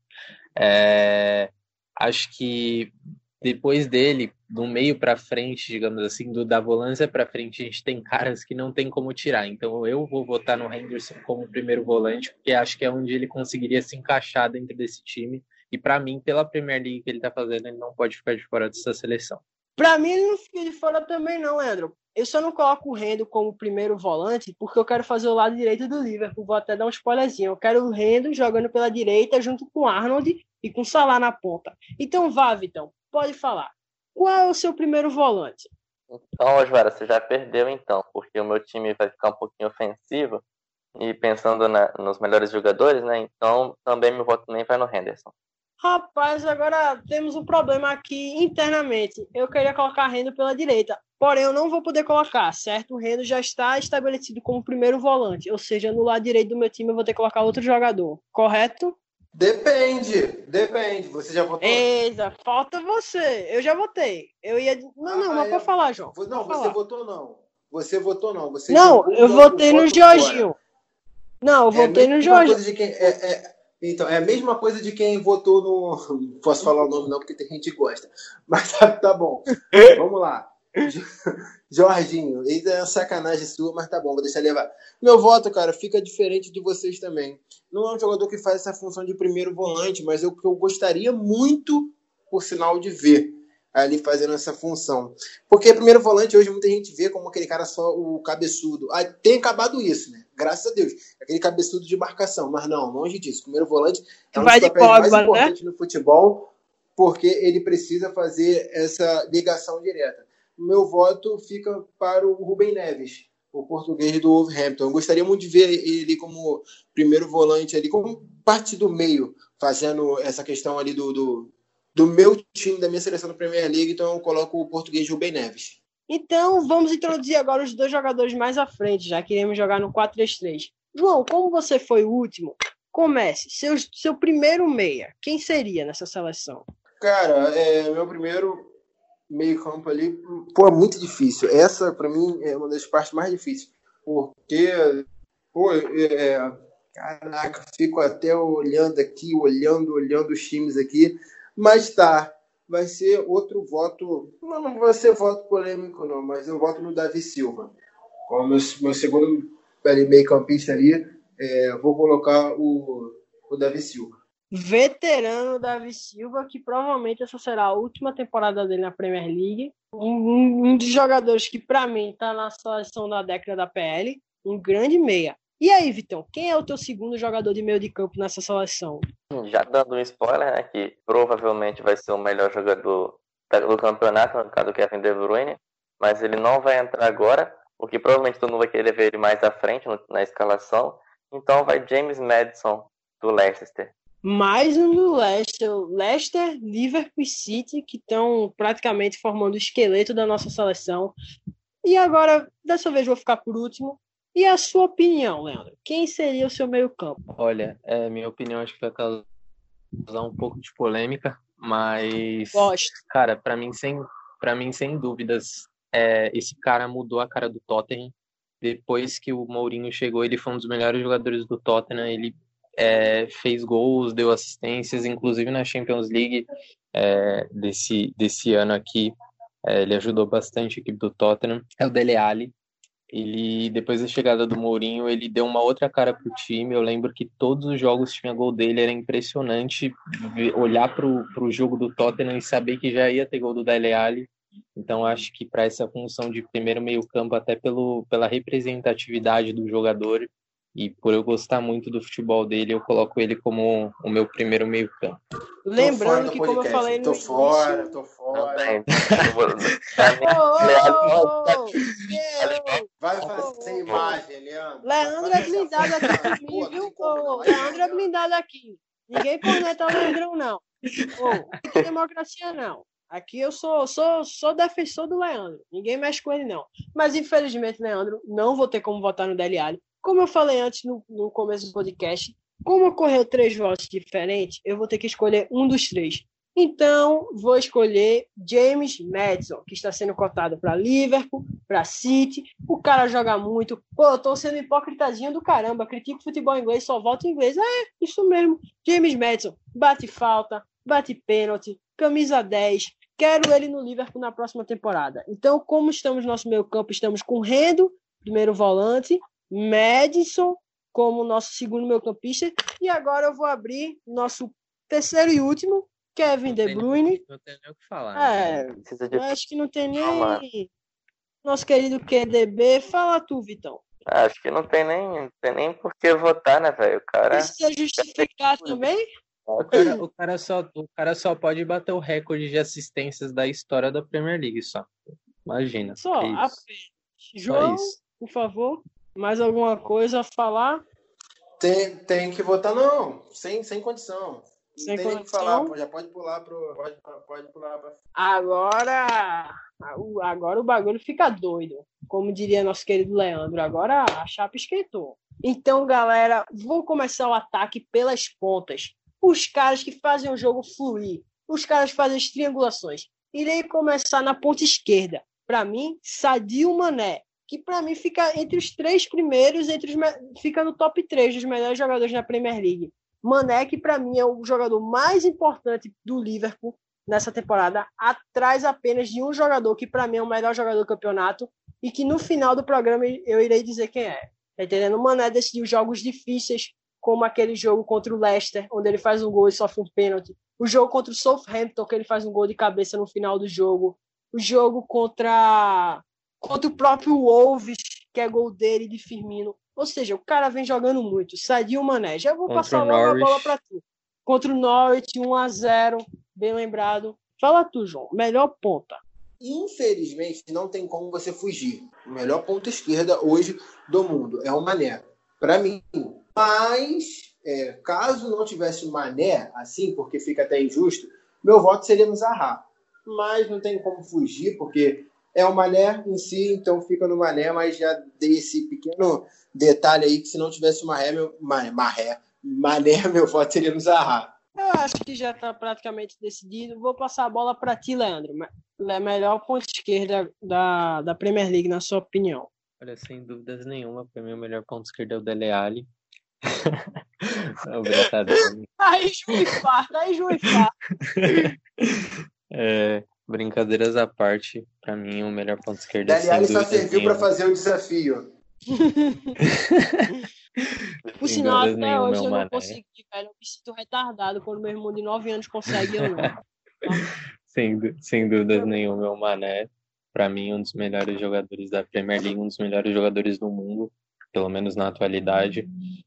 É... Acho que depois dele, do meio para frente, digamos assim, do da volância para frente, a gente tem caras que não tem como tirar. Então eu vou votar no Henderson como primeiro volante, porque acho que é onde ele conseguiria se encaixar dentro desse time. E para mim, pela Premier League que ele tá fazendo, ele não pode ficar de fora dessa seleção. Para mim, ele não fica de fora também não, Leandro. Eu só não coloco o Rendo como primeiro volante, porque eu quero fazer o lado direito do Liverpool. Vou até dar um spoilerzinho. Eu quero o Rendo jogando pela direita, junto com o Arnold e com o Salah na ponta. Então vá, Vitão, pode falar. Qual é o seu primeiro volante? Então, Osvara, você já perdeu então, porque o meu time vai ficar um pouquinho ofensivo, e pensando na, nos melhores jogadores, né? Então também meu voto nem vai no Henderson. Rapaz, agora temos um problema aqui internamente. Eu queria colocar Rendo pela direita, porém eu não vou poder colocar, certo? O Rendo já está estabelecido como primeiro volante, ou seja, no lado direito do meu time eu vou ter que colocar outro jogador, correto? Depende, depende. Você já votou? Eita, falta você. Eu já votei. Eu ia. Não, ah, não, mas eu... pode falar, João. Não, pode você falar. votou não. Você votou não. Você não, eu votei no Jorginho. Não, eu votei no Jorginho. De quem... é, é... Então, é a mesma coisa de quem votou no. Não posso falar o nome não, porque tem gente que gosta. Mas tá, tá bom. Vamos lá. Jorginho, isso é uma sacanagem sua, mas tá bom, vou deixar levar. Meu voto, cara, fica diferente de vocês também. Não é um jogador que faz essa função de primeiro volante, mas eu, eu gostaria muito, por sinal, de ver ali fazendo essa função. Porque primeiro volante, hoje muita gente vê como aquele cara só, o cabeçudo. Ah, tem acabado isso, né? Graças a Deus. Aquele cabeçudo de marcação. Mas não, longe disso. Primeiro volante é um dos papéis mais importantes no futebol, porque ele precisa fazer essa ligação direta. Meu voto fica para o Rubem Neves, o português do Wolverhampton. Eu gostaria muito de ver ele como primeiro volante, ali, como parte do meio, fazendo essa questão ali do, do, do meu time, da minha seleção da Premier League. Então eu coloco o português Rubem Neves. Então vamos introduzir agora os dois jogadores mais à frente, já que iremos jogar no quatro três três. João, como você foi o último, comece. Seu, seu primeiro meia, quem seria nessa seleção? Cara, é, meu primeiro... meio campo ali, pô, é muito difícil. Essa, pra mim, é uma das partes mais difíceis. Porque, pô, é, caraca, fico até olhando aqui, olhando, olhando os times aqui. Mas tá, vai ser outro voto, não, não vai ser voto polêmico não, mas eu voto no Davi Silva. Como meu, meu segundo meio campista ali, é, vou colocar o, o Davi Silva. Veterano Davi Silva, que provavelmente essa será a última temporada dele na Premier League. Um, um dos jogadores que, para mim, está na seleção da década da P L. Um grande meia. E aí, Vitão, quem é o teu segundo jogador de meio de campo nessa seleção? Já dando um spoiler, né, que provavelmente vai ser o melhor jogador do campeonato, no caso do Kevin De Bruyne, mas ele não vai entrar agora, porque provavelmente todo mundo vai querer ver ele mais à frente no, na escalação. Então vai James Maddison, do Leicester. Mais um do Leicester. Leicester, Liverpool e City, que estão praticamente formando o esqueleto da nossa seleção. E agora, dessa vez, vou ficar por último. E a sua opinião, Leandro? Quem seria o seu meio-campo? Olha, é, minha opinião acho que vai causar um pouco de polêmica, mas, Gosto. cara, para mim, sem, para mim, sem dúvidas, é, esse cara mudou a cara do Tottenham. Depois que o Mourinho chegou, ele foi um dos melhores jogadores do Tottenham. Ele é, fez gols, deu assistências, inclusive na Champions League é, desse, desse ano aqui. É, ele ajudou bastante a equipe do Tottenham. É o Dele Alli. Ele, depois da chegada do Mourinho, ele deu uma outra cara pro time. Eu lembro que todos os jogos tinha gol dele, era impressionante olhar pro, pro jogo do Tottenham e saber que já ia ter gol do Dele Alli. Então acho que para essa função de primeiro meio campo, até pelo, pela representatividade do jogador e por eu gostar muito do futebol dele, eu coloco ele como o meu primeiro meio campo. Lembrando que, como eu falei no tô início... fora, tô fora. Vai fazer imagem, Leandro. Leandro é blindado aqui comigo, viu? Ô, Leandro é blindado aqui. Ninguém corneta o Leandrão, não. Ô, não tem democracia, não. Aqui eu sou, sou, sou defensor do Leandro. Ninguém mexe com ele, não. Mas, infelizmente, Leandro, não vou ter como votar no Dele Alli. Como eu falei antes no, no começo do podcast, como ocorreu três votos diferentes, eu vou ter que escolher um dos três. Então, vou escolher James Maddison, que está sendo cotado para Liverpool, para City. O cara joga muito. Pô, eu tô sendo hipocritazinha do caramba. Critico futebol inglês, só voto em inglês. É, isso mesmo. James Maddison, bate falta, bate pênalti, camisa dez. Quero ele no Liverpool na próxima temporada. Então, como estamos no nosso meio campo, estamos com Rendo, primeiro volante, Maddison como nosso segundo meio campista. E agora eu vou abrir nosso terceiro e último, Kevin De Bruyne. Não tem nem o que falar. É, Né? eu acho que não tem nem nosso querido Q D B. Fala tu, Vitão. Acho que não tem nem, não tem nem por que votar, né, velho? O cara... Precisa justificar também? O cara, o, cara só, o cara só pode bater o recorde de assistências da história da Premier League, só. Imagina. Só, é apenas. João, isso. por favor, mais alguma coisa a falar? Tem, tem que votar, não. Sem, sem condição. Não Sem tem nem o que condição? falar, pô, já pode pular pro. Pode, pode pular pra... Agora, agora o bagulho fica doido. Como diria nosso querido Leandro, agora a chapa esquentou. Então, galera, vou começar o ataque pelas pontas. Os caras que fazem o jogo fluir. Os caras que fazem as triangulações. Irei começar na ponta esquerda. Para mim, Sadio Mané, que para mim fica entre os três primeiros, entre os, fica no top três dos melhores jogadores da Premier League. Mané, que para mim é o jogador mais importante do Liverpool nessa temporada, atrás apenas de um jogador que para mim é o melhor jogador do campeonato e que no final do programa eu irei dizer quem é. Tá entendendo? O Mané decidiu jogos difíceis, como aquele jogo contra o Leicester, onde ele faz um gol e sofre um pênalti. O jogo contra o Southampton, que ele faz um gol de cabeça no final do jogo. O jogo contra, contra o próprio Wolves, que é gol dele de Firmino. Ou seja, o cara vem jogando muito. Sadio Mané. Já vou Contra passar o logo a Norwich. bola para tu. Contra o Norwich, um a zero. Bem lembrado. Fala tu, João. Melhor ponta. Infelizmente, não tem como você fugir. O melhor ponta esquerda hoje do mundo é o Mané. Para mim. Mas, é, caso não tivesse o Mané, assim, porque fica até injusto, meu voto seria no Zaha. Mas não tem como fugir, porque é o Mané em si, então fica no Mané, mas já dei esse pequeno detalhe aí, que se não tivesse o Mané, meu, Mané, Mané, meu voto seria no Zaha. Eu acho que já está praticamente decidido. Vou passar a bola para ti, Leandro. É melhor ponta esquerda da, da Premier League, na sua opinião. Olha, sem dúvidas nenhuma, para mim o melhor ponto esquerdo é o Dele Alli. Não, brincadeira. Aí Ju infarta, aí Ju infarta. É, brincadeiras à parte, pra mim o melhor ponto esquerdo é Dali sem Alli só dúvidas serviu para nenhuma. fazer o desafio. Por Sem sinal, dúvidas até nenhuma, hoje é o eu não Mané. consegui, velho. Eu me sinto retardado quando meu irmão de nove anos consegue, eu não. Sem, dú- sem dúvidas nenhuma, é o Mané. Pra mim, um dos melhores jogadores da Premier League, um dos melhores jogadores do mundo, pelo menos na atualidade.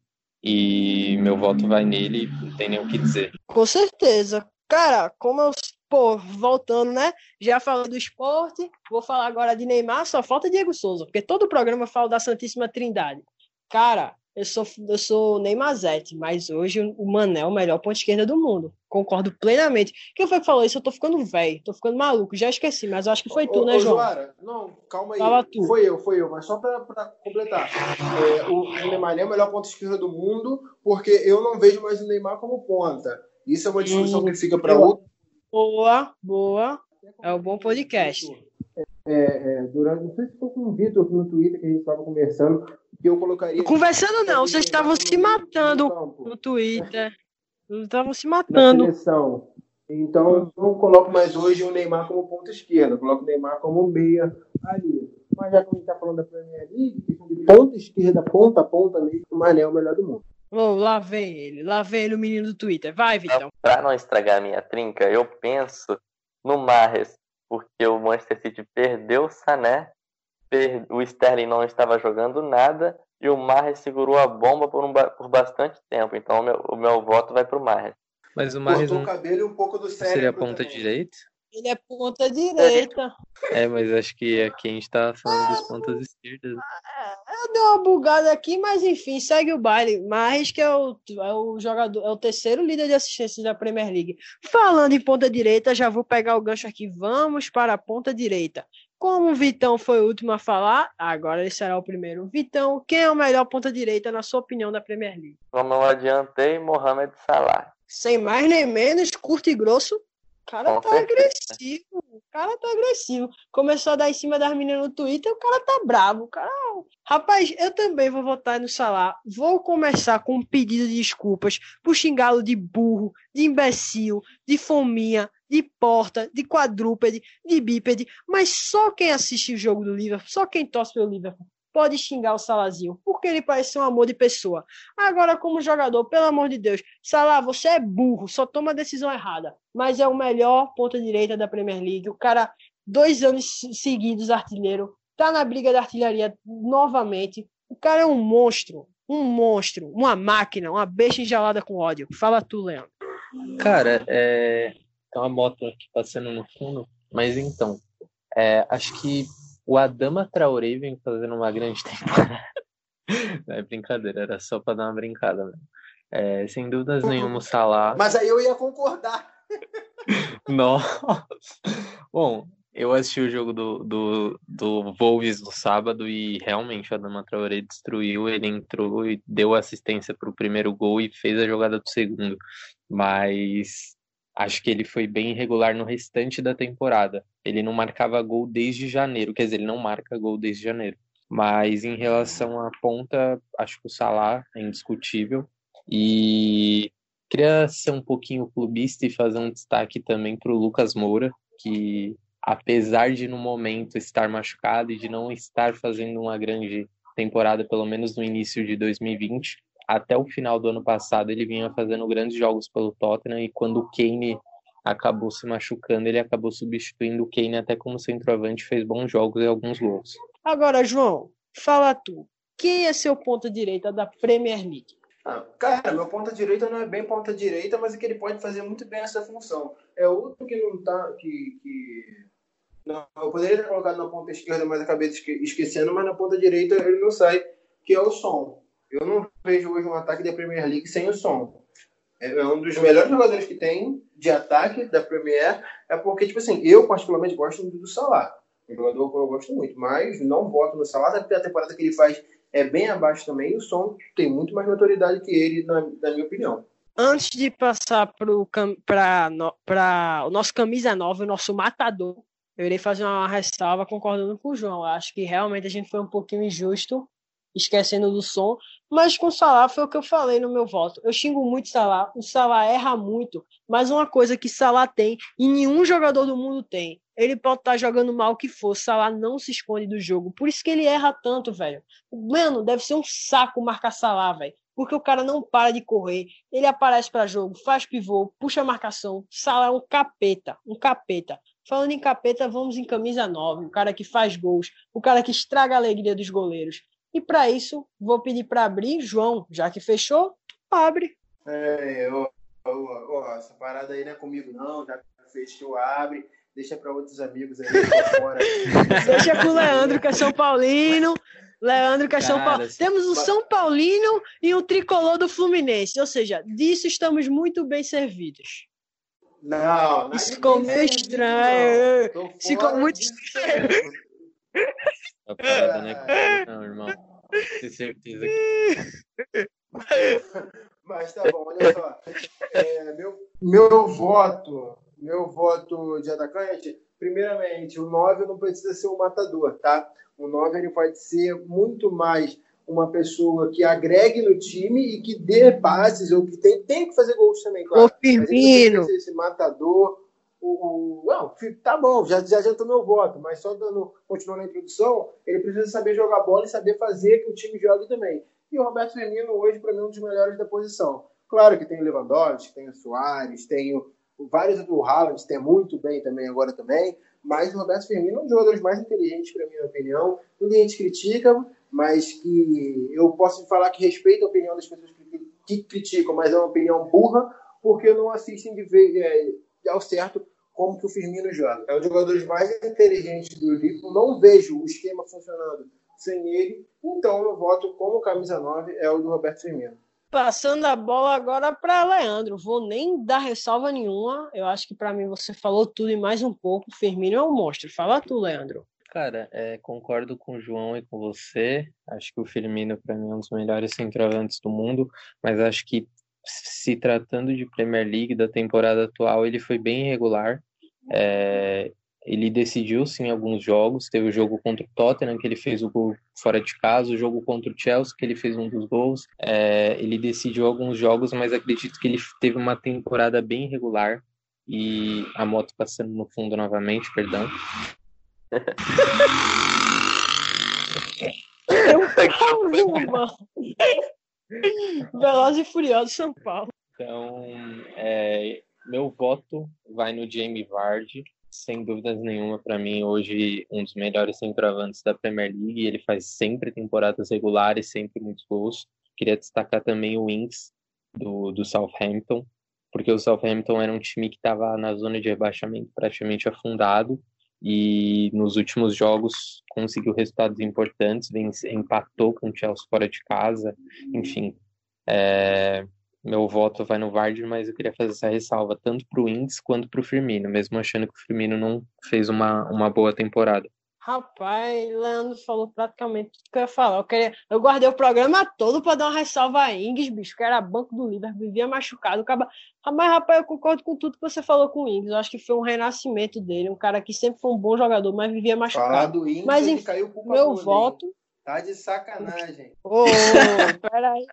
E meu voto vai nele, não tem nem o que dizer. Com certeza. Cara, como eu. Pô, voltando, né? Já falei do esporte, vou falar agora de Neymar, só falta Diego Souza, porque todo o programa eu falo da Santíssima Trindade. Cara, eu sou, eu sou Neymarzete, mas hoje o Mané é o melhor ponto esquerda do mundo. Concordo plenamente. Quem foi que falou isso? Eu tô ficando velho, tô ficando maluco, já esqueci, mas eu acho que foi tu, Ô, né, ô, João? Joara, não, calma aí. Fala tu. Foi eu, foi eu, mas só para completar. É, o, o Neymar é o melhor ponta esquerda do mundo, porque eu não vejo mais o Neymar como ponta. Isso é uma discussão Hum, que fica para boa. outro. Boa, boa. É um bom podcast. É, é, durante, não sei se foi com o Vitor no Twitter que a gente estava conversando, que eu colocaria. Conversando não, vocês estavam se matando campo, no Twitter. Estavam se na matando. seleção. Então, eu não coloco mais hoje o Neymar como ponta esquerda, eu coloco o Neymar como meia ali. Mas já que a gente está falando da Premier League, questão de ponta esquerda, ponta a ponta mesmo, o Mané é o melhor do mundo. Oh, lá vem ele, lá vem ele, o menino do Twitter. Vai, Vitão. Para não estragar a minha trinca, eu penso no Mahrez, porque o Manchester City perdeu o Sané, per... o Sterling não estava jogando nada e o Mahrez segurou a bomba por, um ba... por bastante tempo. Então o meu, o meu voto vai para o Mahrez. Mas o Mahrez Cortou não o cabelo e um pouco do cérebro. seria ponta também. direita? Ele é ponta direita. É, mas acho que aqui a gente tá falando dos pontas esquerdas. Eu dei uma bugada aqui, mas enfim, segue o baile. Mahrez que é o, é o jogador, é o terceiro líder de assistências da Premier League. Falando em ponta direita, já vou pegar o gancho aqui. Vamos para a ponta direita. Como o Vitão foi o último a falar, agora ele será o primeiro. Vitão, quem é o melhor ponta direita, na sua opinião, da Premier League? Como eu adiantei, Mohamed Salah. Sem mais nem menos, curto e grosso. O cara Com tá certeza. agressivo. O cara tá agressivo. Começou a dar em cima das meninas no Twitter, o cara tá bravo. O cara... Rapaz, eu também vou votar no Salah. Vou começar com um pedido de desculpas por xingá-lo de burro, de imbecil, de fominha, de porta, de quadrúpede, de bípede. Mas só quem assiste o jogo do Liverpool, só quem torce pelo Liverpool, pode xingar o Salahzinho, porque ele parece ser um amor de pessoa. Agora, como jogador, pelo amor de Deus, Salah, você é burro, só toma a decisão errada, mas é o melhor ponta-direita da Premier League. O cara, dois anos seguidos, artilheiro, tá na briga da artilharia novamente. O cara é um monstro, um monstro, uma máquina, uma besta enjaulada com ódio. Fala tu, Leandro. Cara, é... tem uma moto aqui passando no fundo, mas então, é, acho que o Adama Traoré vem fazendo uma grande temporada. Não é brincadeira, era só pra dar uma brincada mesmo. É, sem dúvidas nenhuma, o Salah. Mas aí eu ia concordar. Nossa! Bom, eu assisti o jogo do, do, do Wolves no sábado e realmente o Adama Traoré destruiu. Ele entrou e deu assistência pro primeiro gol e fez a jogada do segundo. Mas acho que ele foi bem irregular no restante da temporada. Ele não marcava gol desde janeiro. Quer dizer, ele não marca gol desde janeiro. Mas em relação à ponta, acho que o Salah é indiscutível. E queria ser um pouquinho clubista e fazer um destaque também para o Lucas Moura, que apesar de no momento estar machucado e de não estar fazendo uma grande temporada, pelo menos no início de dois mil e vinte, até o final do ano passado ele vinha fazendo grandes jogos pelo Tottenham e quando o Kane acabou se machucando, ele acabou substituindo o Kane até como centroavante, fez bons jogos e alguns gols. Agora, João, fala tu. Quem é seu ponta-direita da Premier League? Ah, cara, meu ponta-direita não é bem ponta-direita, mas é que ele pode fazer muito bem essa função. É outro que não tá... Que, que... Não, eu poderia ter colocado na ponta esquerda, mas acabei esquecendo, mas na ponta direita ele não sai, que é o Son. Eu não vejo hoje um ataque da Premier League sem o Son. É um dos melhores jogadores que tem de ataque da Premier, é porque, tipo assim, eu particularmente gosto muito do Salah. Um jogador que eu gosto muito, mas não voto no Salah, até a temporada que ele faz é bem abaixo também, e o Son tem muito mais notoriedade que ele, na, na minha opinião. Antes de passar para o nosso camisa nova, o nosso matador, eu irei fazer uma ressalva concordando com o João. Eu acho que realmente a gente foi um pouquinho injusto esquecendo do som. Mas com o Salah foi o que eu falei no meu voto. Eu xingo muito o Salah, o Salah erra muito, mas uma coisa que Salah tem e nenhum jogador do mundo tem, ele pode estar jogando mal o que for, Salah não se esconde do jogo. Por isso que ele erra tanto, velho. Mano, deve ser um saco marcar Salah, velho. Porque o cara não para de correr, ele aparece para jogo, faz pivô, puxa a marcação. Salah é um capeta, um capeta. Falando em capeta, vamos em camisa nove, o cara que faz gols, o cara que estraga a alegria dos goleiros. E para isso, vou pedir para abrir. João, já que fechou, abre. É, ó, ó, ó, essa parada aí não é comigo, não. Já fechou, abre. Deixa para outros amigos aí fora. Deixa com o Leandro, que é São Paulino. Leandro, que é São Paulo. Cara, Temos um São Paulino e um tricolor do Fluminense. Ou seja, disso estamos muito bem servidos. Não, não Isso ficou meio estranho. Isso ficou muito estranho. A parada não é comigo, não, irmão. Tenho certeza que. Mas tá bom, olha só. É, meu, meu voto, meu voto de atacante, primeiramente, o nove não precisa ser um matador, tá? O nove ele pode ser muito mais uma pessoa que agregue no time e que dê passes, ou que tem, tem que fazer gols também, claro. Ô, Firmino. Esse matador. O, o, não, tá bom, já, já adiantou meu voto, mas só dando, continuando a introdução, ele precisa saber jogar bola e saber fazer que o time jogue também. E o Roberto Firmino hoje, para mim, é um dos melhores da posição. Claro que tem o Lewandowski, tem o Suárez, tem o, vários outros, o Haaland, tem muito bem também agora também, mas o Roberto Firmino é um dos jogadores mais inteligentes, para minha opinião. Muita gente critica, mas que eu posso falar que respeito a opinião das pessoas que, que criticam, mas é uma opinião burra, porque não assistem de ver é, ao certo como que o Firmino joga. É um dos jogadores mais inteligentes do Liverpool. Não vejo o esquema funcionando sem ele. Então, meu voto como camisa nove é o do Roberto Firmino. Passando a bola agora para Leandro. Vou nem dar ressalva nenhuma. Eu acho que para mim você falou tudo e mais um pouco. O Firmino é um monstro. Fala tu, Leandro. Cara, é, concordo com o João e com você. Acho que o Firmino, para mim, é um dos melhores centroavantes do mundo. Mas acho que, se tratando de Premier League da temporada atual, ele foi bem irregular. É, ele decidiu sim alguns jogos. Teve o jogo contra o Tottenham, que ele fez o gol fora de casa, o jogo contra o Chelsea, que ele fez um dos gols. É, ele decidiu alguns jogos, mas acredito que ele teve uma temporada bem irregular. E a moto passando no fundo novamente, perdão. Veloz e Furioso São Paulo. Então, é, meu voto vai no Jamie Vardy, sem dúvidas nenhuma. Para mim, hoje, um dos melhores centroavantes da Premier League. Ele faz sempre temporadas regulares, sempre muitos gols. Queria destacar também o Ings, do, do Southampton, porque o Southampton era um time que estava na zona de rebaixamento praticamente afundado, e nos últimos jogos conseguiu resultados importantes, vence, empatou com o Chelsea fora de casa. Enfim, é, meu voto vai no Vardy, mas eu queria fazer essa ressalva tanto para o Ings quanto para o Firmino, mesmo achando que o Firmino não fez uma, uma boa temporada. Rapaz, Leandro falou praticamente tudo que eu ia falar. Eu, queria, eu guardei o programa todo para dar uma ressalva a Ings, bicho, que era banco do líder, vivia machucado. Acaba... Mas, rapaz, eu concordo com tudo que você falou com o Ings. Eu acho que foi um renascimento dele, um cara que sempre foi um bom jogador, mas vivia machucado. Falar do Ings, mas, ele enfim, caiu pro meu bagulho, voto... hein? Tá de sacanagem. Ô, oh, peraí.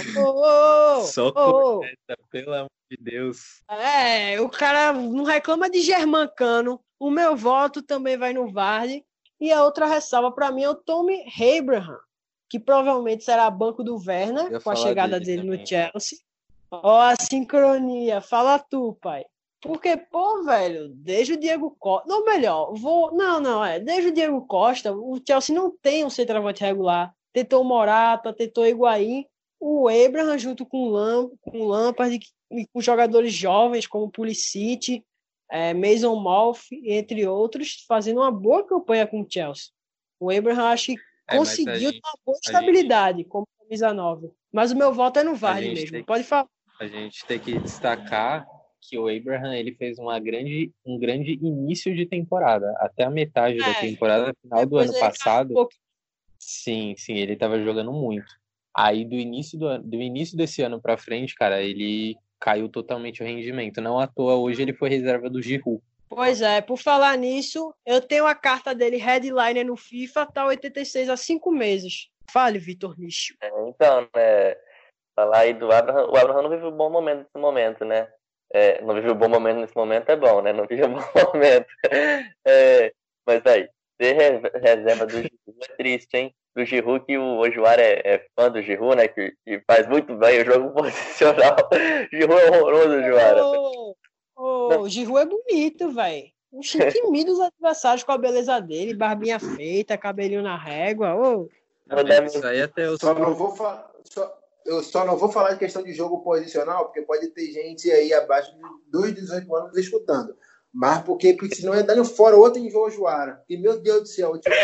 Ô, Só ô, corneta, pelo amor de Deus. É, o cara não reclama de Germancano. O meu voto também vai no Vardy. E a outra ressalva para mim é o Tommy Abraham, que provavelmente será banco do Werner com a chegada dele, dele no Chelsea. Ó, a sincronia. Fala tu, pai. Porque, pô, velho, desde o Diego Costa... Não, melhor, vou... Não, não, é. Desde o Diego Costa, o Chelsea não tem um centroavante regular. Tentou o Morata, tentou o Higuaín. O Abraham, junto com o, Lam... com o Lampard e com jogadores jovens como o Pulisic, é, Mason Mount, entre outros, fazendo uma boa campanha com o Chelsea. O Abraham, acho que é, conseguiu gente, uma boa estabilidade gente, como camisa nova. Mas o meu voto é no Vardy mesmo. Que, Pode falar. A gente tem que destacar que o Abraham ele fez uma grande, um grande início de temporada. Até a metade é, da temporada, final do ano passado. Um sim, sim, ele estava jogando muito. Aí do início, do, do início desse ano para frente, cara, ele caiu totalmente o rendimento. Não à toa, hoje ele foi reserva do Giroud. Pois é, por falar nisso, eu tenho a carta dele, headliner no FIFA, tá oitenta e seis há cinco meses. Fale, Vitor Nicho. É, então, né, falar aí do Abraham, o Abraham não vive um bom momento nesse momento, né? É, não vive um bom momento nesse momento é bom, né? Não vive um bom momento. É, mas aí, ter reserva do Giroud é triste, hein? Do Giroud, que o Ojuara é, é fã do Giroud, né? Que, que faz muito bem o jogo posicional. Giroud é horroroso, Ojuara. Ô, ô, o Giroud é bonito, velho. Não intimida os adversários com a beleza dele, barbinha feita, cabelinho na régua. Ô. Isso aí até eu só não vou falar. Só, eu só não vou falar de questão de jogo posicional, porque pode ter gente aí abaixo dos dezoito anos escutando. Mas porque, porque senão ia dando fora outro em João Joara. E meu Deus do céu, eu tinha...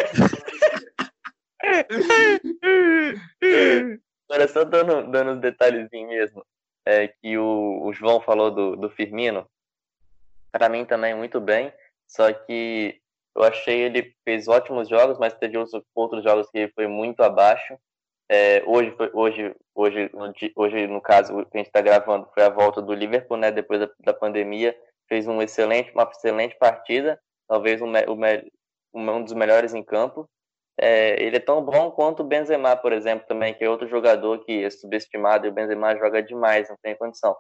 Agora, só dando, dando uns detalhezinhos mesmo, é que o, o João falou do, do Firmino, para mim também muito bem, só que eu achei ele fez ótimos jogos, mas teve outros jogos que ele foi muito abaixo. É, hoje, hoje, hoje, hoje, no caso, que a gente está gravando, foi a volta do Liverpool, né, depois da, da pandemia, fez um excelente, uma excelente partida, talvez um, um, um dos melhores em campo. É, ele é tão bom quanto o Benzema, por exemplo, também, que é outro jogador que é subestimado, e o Benzema joga demais, não tem condição.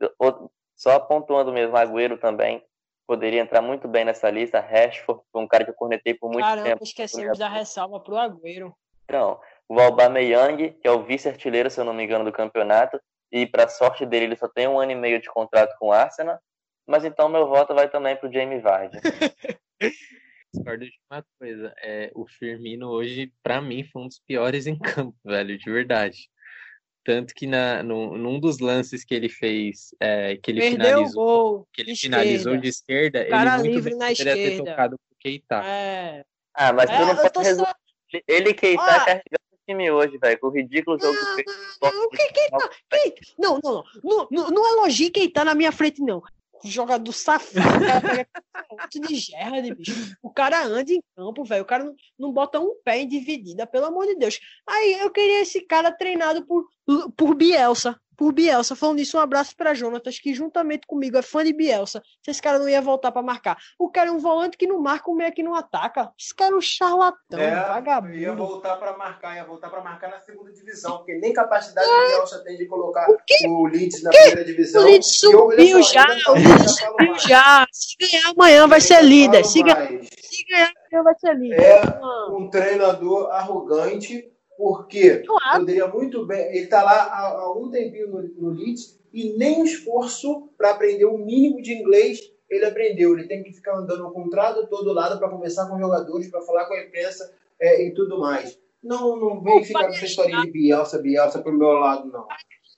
Só pontuando mesmo, Agüero também poderia entrar muito bem nessa lista. Rashford foi um cara que eu cornetei por muito Caramba, tempo. esquecemos da ressalva pro Agüero. Então, o Aubameyang, que é o vice-artilheiro, se eu não me engano, do campeonato, e para sorte dele, ele só tem um ano e meio de contrato com o Arsenal, mas então meu voto vai também pro Jamie Vardy. Discordo de uma coisa, é, o Firmino hoje, pra mim, foi um dos piores em campo, velho, de verdade. Tanto que na, no, num dos lances que ele fez, é, que ele Perdeu finalizou, o gol que ele de finalizou esquerda. de esquerda, Cara ele muito livre bem na poderia ter esquerda. tocado pro Keita. É. Ah, mas É, tu não eu pode tô resolver. só... Ele e Keita Ah. carregando o time hoje, velho, com o ridículo jogo que fez. Não, quem, quem tá, quem, não, não, não, não, não elogie quem tá na minha frente, não. Jogador safado, o cara pega de Gerrard, bicho. O cara anda em campo, velho. O cara não, não bota um pé em dividida, pelo amor de Deus. Aí eu queria esse cara treinado por, por Bielsa. Por Bielsa. Falando nisso, um abraço pra Jonatas, que juntamente comigo é fã de Bielsa. Se esse cara não ia voltar pra marcar. O cara é um volante que não marca, o meia que não ataca. Esse cara é um charlatão, é, vagabundo. Ia voltar pra marcar, ia voltar pra marcar na segunda divisão, porque nem capacidade é. o Bielsa tem de colocar o, o Leeds na primeira divisão. O Leeds subiu já, o Leeds subiu já. Se ganhar amanhã vai ser líder. Se ganhar, se ganhar amanhã vai ser líder. É um treinador arrogante, porque claro. poderia muito bem. Ele está lá há, há um tempinho no, no Leeds e nem esforço para aprender o mínimo de inglês ele aprendeu. Ele tem que ficar andando com o contrato todo lado para conversar com jogadores, para falar com a imprensa é, e tudo mais. Não, não vem ficar com essa história de Bielsa, Bielsa pro meu lado, não.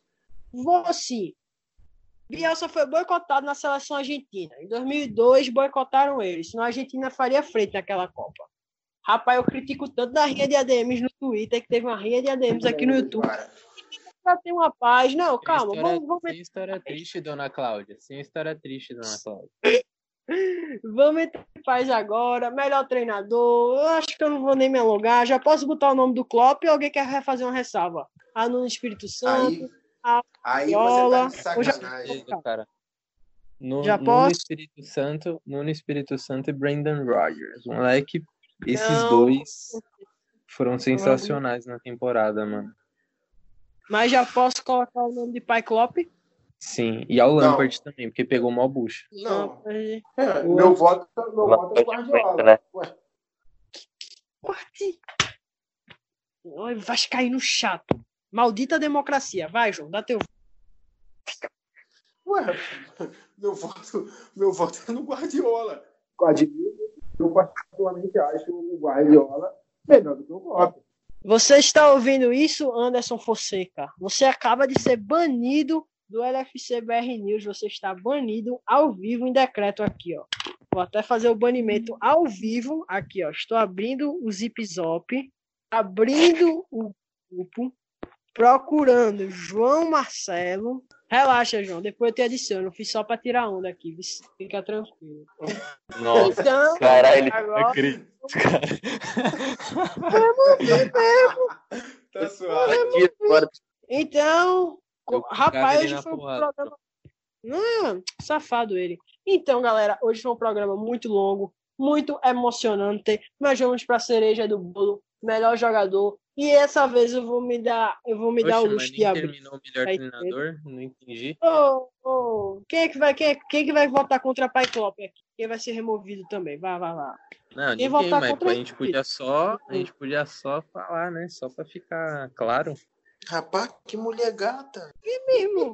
Você. Bielsa foi boicotado na seleção argentina. Em dois mil e dois, boicotaram ele. Senão a Argentina faria frente naquela Copa. Rapaz, eu critico tanto da rinha de A D Ms no Twitter, que teve uma rinha de A D Ms aqui no YouTube. Já tem uma paz. Não, calma. Sem vamos, vamos sem história triste, dona Cláudia. Sem história triste, dona Cláudia. Vamos entrar em paz agora. Melhor treinador. Eu acho que eu não vou nem me alongar. Já posso botar o nome do Klopp ou alguém quer fazer uma ressalva? A no Espírito Santo. Aí, a aí Viola, você tá de sacanagem. Já... cara. No, Já no posso? Espírito Santo, no Espírito Santo e Brendan Rodgers. Moleque, esses Não. dois foram sensacionais na temporada, mano. Mas já posso colocar o nome de Pai Klopp? Sim, e ao Lampard não. também, porque pegou mal bucho. Não. É, meu voto, meu voto é o Guardiola. Né? Ué. Vai cair no chato. Maldita democracia. Vai, João, dá teu. Ué, meu voto, meu voto é no Guardiola. Eu particularmente acho o Guardiola melhor do que o Klopp. Você está ouvindo isso, Anderson Fonseca? Você acaba de ser banido do L F C B R News. Você está banido ao vivo em decreto aqui, ó. Vou até fazer o banimento ao vivo aqui, ó. Estou abrindo o Zip Zop, abrindo o grupo, procurando João Marcelo. Relaxa, João. Depois eu te adiciono. Eu fiz só para tirar onda aqui. Fica tranquilo. Nossa, então, caralho. agora... Tá suave. Então, Eu rapaz, ele hoje foi um porrada. programa... Não, safado ele. Então, galera, hoje foi um programa muito longo, muito emocionante. Nós vamos para a cereja do bolo. melhor jogador. E essa vez eu vou me dar, eu vou me Oxe, dar o mas luxo de nem abrir. terminou o melhor Aí, treinador? Não entendi. Ô, ô, quem é que vai, quem, é- quem que vai votar contra a Pai Klopp aqui? Quem vai ser removido também? Vai, vai, vai. Não, Quem ninguém, votar mas contra a gente podia só, a ele? gente podia só falar, né? Só pra ficar claro. Rapaz, que mulher gata. Mesmo.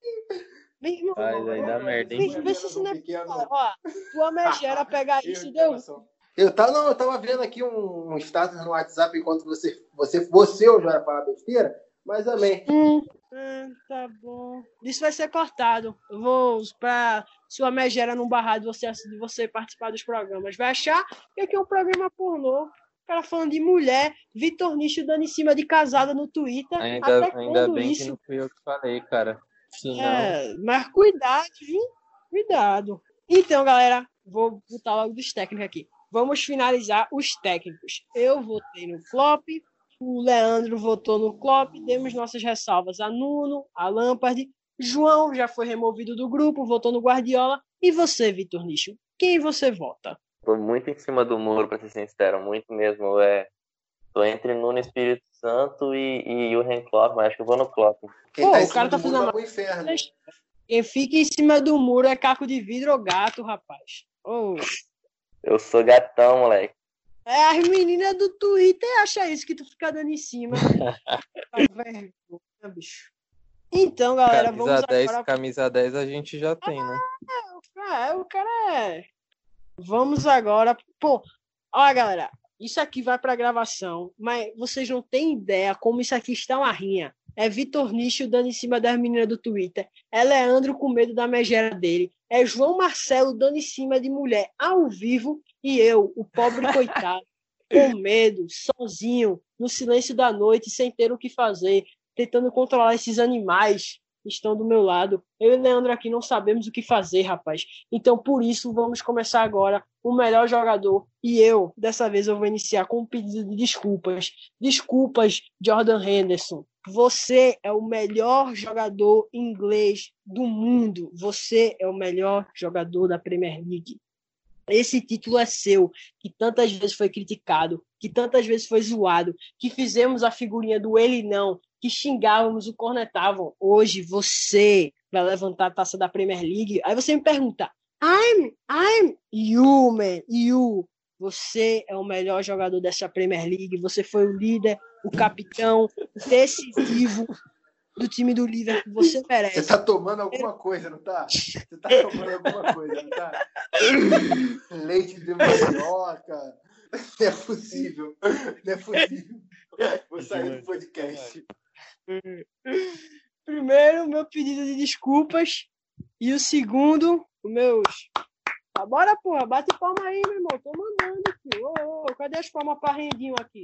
Mesmo. Mas aí dá merda, hein? Vê, vê se isso não é... Pequeno. Ó, tua megera pegar isso e deu... Eu tava, não, eu tava vendo aqui um, um status no WhatsApp enquanto você, você, você ou já falar besteira, mas amém. Hum, hum, tá bom. Isso vai ser cortado. Eu vou pra sua megera não barrar de você, de você participar dos programas. Vai achar que aqui é um programa pornô. O cara falando de mulher, Vitor Nicho dando em cima de casada no Twitter. Ainda, Até ainda quando bem isso? que não fui eu que falei, cara. Senão, É, mas cuidado, viu? Cuidado. Então, galera, vou botar logo dos técnicos aqui. Vamos finalizar os técnicos. Eu votei no Klopp, o Leandro votou no Klopp, demos nossas ressalvas a Nuno, a Lampard, João já foi removido do grupo, votou no Guardiola. E você, Vitor Nicho, quem você vota? Tô muito em cima do muro, pra ser sincero, muito mesmo. É, tô entre Nuno Espírito Santo e, e o Jürgen Klopp, mas acho que eu vou no Klopp. Quem Pô, tá em o cima cara tá do muro fazendo vai a pro inferno. Quem fica em cima do muro é caco de vidro ou gato, rapaz. Oh. Eu sou gatão, moleque. É, as meninas do Twitter acham isso que tu fica dando em cima. Vergonha, bicho. Então, galera, camisa vamos dez, agora... camisa dez a gente já tem, né? É, o cara é... Vamos agora... Pô, olha, galera, isso aqui vai pra gravação, mas vocês não têm ideia como isso aqui está uma rinha. É Vitor Nicho dando em cima das meninas do Twitter. É Leandro com medo da megera dele. É João Marcelo dando em cima de mulher ao vivo. E eu, o pobre coitado, com medo, sozinho, no silêncio da noite, sem ter o que fazer, tentando controlar esses animais que estão do meu lado. Eu e o Leandro aqui não sabemos o que fazer, rapaz. Então, por isso, vamos começar agora o melhor jogador. E eu, dessa vez, eu vou iniciar com um pedido de desculpas. Desculpas, Jordan Henderson. Você é o melhor jogador inglês do mundo. Você é o melhor jogador da Premier League. Esse título é seu, que tantas vezes foi criticado, que tantas vezes foi zoado, que fizemos a figurinha do ele não, que xingávamos, o cornetavam. Hoje você vai levantar a taça da Premier League. Aí você me pergunta, I'm, I'm you, man, you. Você é o melhor jogador dessa Premier League, você foi o líder, o capitão decisivo do time do Liverpool, você merece. Você tá tomando alguma coisa, não tá? Você tá tomando alguma coisa, não tá? Leite de mandioca. Não é possível. Não é possível. Vou sair do podcast. Primeiro, meu pedido de desculpas. E o segundo, o meu... Ah, bora, porra, bate palma aí, meu irmão. Tô mandando aqui. Ô, ô, cadê as palmas pra rendinho aqui?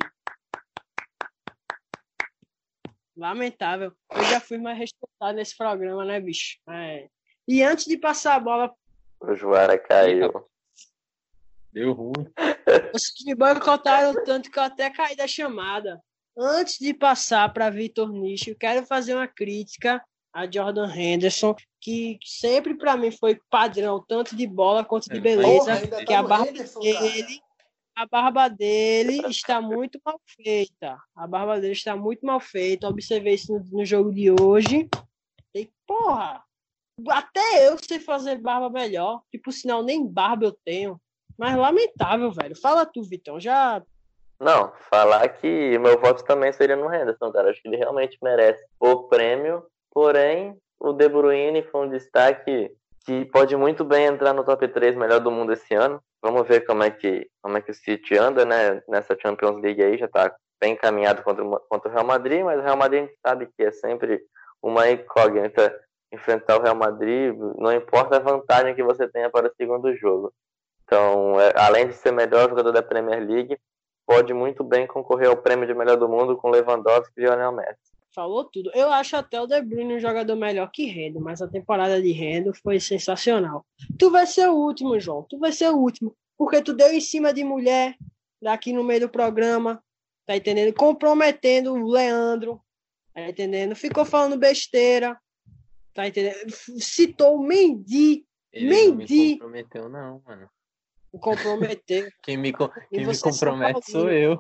Lamentável. Eu já fui mais respeitado nesse programa, né, bicho? É. E antes de passar a bola... O Joara caiu. Deu ruim. Vocês me boicotaram tanto que eu até caí da chamada. Antes de passar para Vitor Nicho, quero fazer uma crítica a Jordan Henderson, que sempre para mim foi padrão, tanto de bola quanto de beleza, Porra, que tá a barba Henderson, dele, a barba dele está muito mal feita. A barba dele está muito mal feita. Observei isso no, no jogo de hoje. E, porra, até eu sei fazer barba melhor, que por sinal nem barba eu tenho. Mas lamentável, velho. Fala tu, Vitão, já... Não, falar que meu voto também seria no Henderson, cara. Acho que ele realmente merece o prêmio. Porém, o De Bruyne foi um destaque que pode muito bem entrar no top três melhor do mundo esse ano. Vamos ver como é que, como é que o City anda, né? Nessa Champions League aí, já tá bem encaminhado contra, contra o Real Madrid, mas o Real Madrid a gente sabe que é sempre uma incógnita enfrentar o Real Madrid, não importa a vantagem que você tenha para o segundo jogo. Então, é, além de ser melhor jogador da Premier League, pode muito bem concorrer ao prêmio de melhor do mundo com Lewandowski e Lionel Messi. Falou tudo. Eu acho até o De Bruyne um jogador melhor que Rendo, mas a temporada de Rendo foi sensacional. Tu vai ser o último, João. Tu vai ser o último. Porque tu deu em cima de mulher daqui no meio do programa, tá entendendo? Comprometendo o Leandro, tá entendendo? Ficou falando besteira, tá entendendo? Citou o Mendy. Ele Mendy. não me comprometeu, não, mano. Comprometeu. Quem me, quem me você é compromete São sou eu.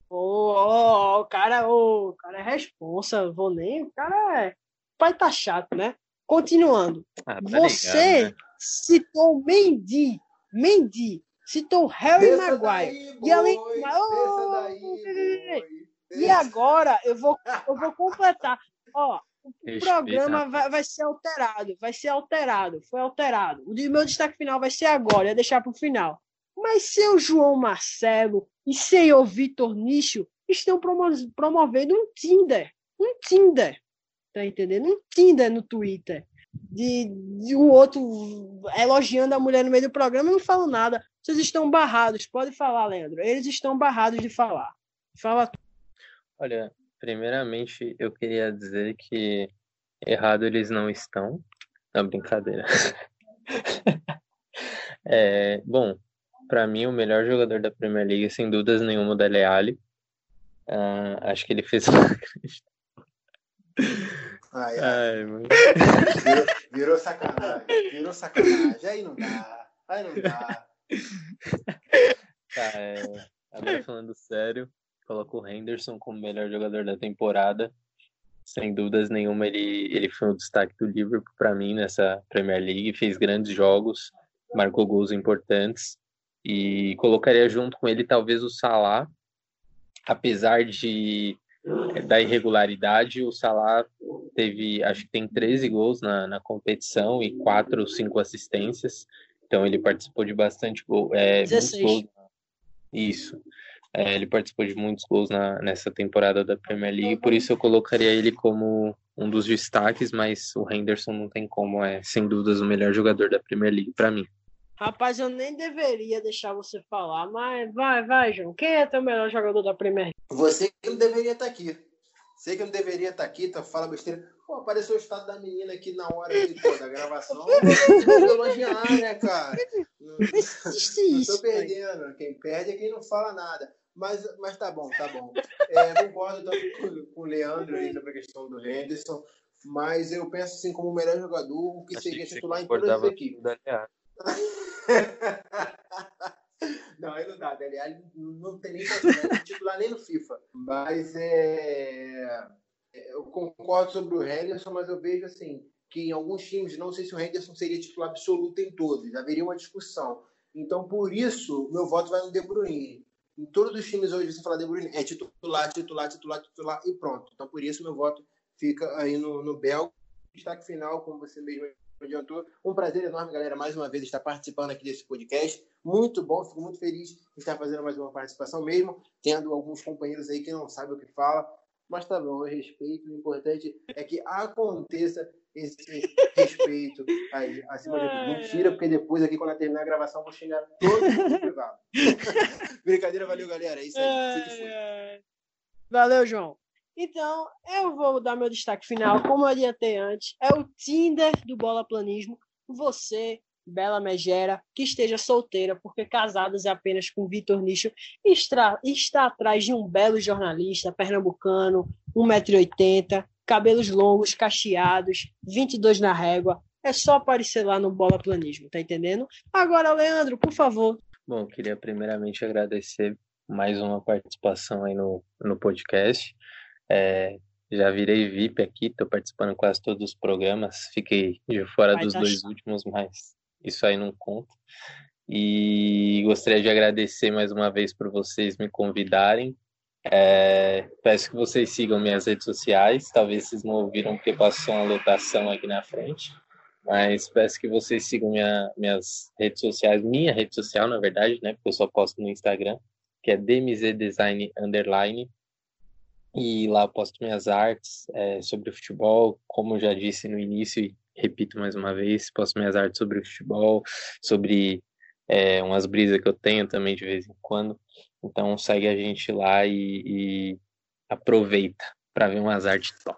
Ô, ô, o cara, ô, o cara é responsa, vou nem, o cara é, pai tá chato, né? Continuando, Ah, tá você ligado, né? citou Mendy, Mendy, citou Harry Desça Maguire, daí, e além, boi! Desça oh, daí, boi! e Desça. agora eu vou, eu vou completar, ó, o Respeita, programa vai, vai ser alterado, vai ser alterado, foi alterado, o de- meu destaque final vai ser agora, ia deixar pro final. Mas seu João Marcelo e seu Vitor Nicho estão promo- promovendo um Tinder. Um Tinder. Tá entendendo? Um Tinder no Twitter. De, de um outro elogiando a mulher no meio do programa, eu não falo nada. Vocês estão barrados. Pode falar, Leandro. Eles estão barrados de falar. Fala. Olha, primeiramente eu queria dizer que errado eles não estão. Não, brincadeira. É, bom, para mim o melhor jogador da Premier League, sem dúvidas nenhuma, o Dele Alli. Ah, acho que ele fez uma Ai, ai. Ai, mano. Virou, virou sacanagem. Virou sacanagem. Aí não dá. Aí não dá. Tá, é, agora falando sério, coloco o Henderson como melhor jogador da temporada. Sem dúvidas nenhuma, ele, ele foi um destaque do Liverpool para mim nessa Premier League. Fez grandes jogos, marcou gols importantes. E colocaria junto com ele talvez o Salah, apesar de da irregularidade, o Salah teve, acho que tem treze gols na, na competição e quatro ou cinco assistências. Então ele participou de bastante gol, é, muitos gols. Isso. É, ele participou de muitos gols na, nessa temporada da Premier League, por isso eu colocaria ele como um dos destaques, mas o Henderson não tem como, é sem dúvidas o melhor jogador da Premier League para mim. Rapaz, eu nem deveria deixar você falar, mas vai, vai, João. Quem é teu melhor jogador da Premier League? Você que não deveria estar aqui. Você que não deveria estar aqui, tá, fala besteira. Pô, apareceu o estado da menina aqui na hora aqui, pô, da gravação. Você deve elogiar, né, cara? Não, não tô perdendo. Quem perde é quem não fala nada. Mas, mas tá bom, tá bom. É, concordo também com, com o Leandro aí sobre a questão do Henderson. Mas eu penso assim, como o melhor jogador, o que Achei seria que titular você em todas as concordava equipes. com o Dele Não, aí não dá, Dele Alli não tem nem como titular nem no FIFA. Mas é... eu concordo sobre o Henderson, mas eu vejo assim que em alguns times, não sei se o Henderson seria titular absoluto em todos, haveria uma discussão. Então, por isso, meu voto vai no De Bruyne. Em todos os times hoje, você fala De Bruyne, é titular, titular, titular, titular e pronto. Então, por isso, meu voto fica aí no, no Belga. Destaque final, como você mesmo adiantou. Um prazer enorme, galera, mais uma vez estar participando aqui desse podcast. Muito bom, fico muito feliz de estar fazendo mais uma participação mesmo, tendo alguns companheiros aí que não sabem o que fala, mas tá bom, eu respeito. O importante é que aconteça esse respeito aí, acima de tudo. Mentira, porque depois aqui, quando eu terminar a gravação, eu vou xingar todo mundo no privado. Brincadeira, valeu, galera. É isso aí. Fui que fui. Valeu, João. Então, eu vou dar meu destaque final, como eu adiantei antes. É o Tinder do Bola Planismo. Você, Bela Megera, que esteja solteira, porque casadas é apenas com Vitor Nicho, está, está atrás de um belo jornalista pernambucano, um metro e oitenta, cabelos longos, cacheados, vinte e dois na régua. É só aparecer lá no Bola Planismo, tá entendendo? Agora, Leandro, por favor. Bom, queria primeiramente agradecer mais uma participação aí no, no podcast. É, já virei V I P aqui, estou participando quase todos os programas. Fiquei de fora Vai dos tá dois chato. últimos, mas isso aí não conta. E gostaria de agradecer mais uma vez por vocês me convidarem. É, peço que vocês sigam minhas redes sociais. Talvez vocês não ouviram porque passou uma lotação aqui na frente. Mas peço que vocês sigam minha, minhas redes sociais, minha rede social, na verdade, né? Porque eu só posto no Instagram, que é D M Z Design Underline. E lá eu posto minhas artes é, sobre o futebol, como eu já disse no início, e repito mais uma vez, posto minhas artes sobre o futebol, sobre é, umas brisas que eu tenho também de vez em quando. Então segue a gente lá e, e aproveita para ver umas artes top.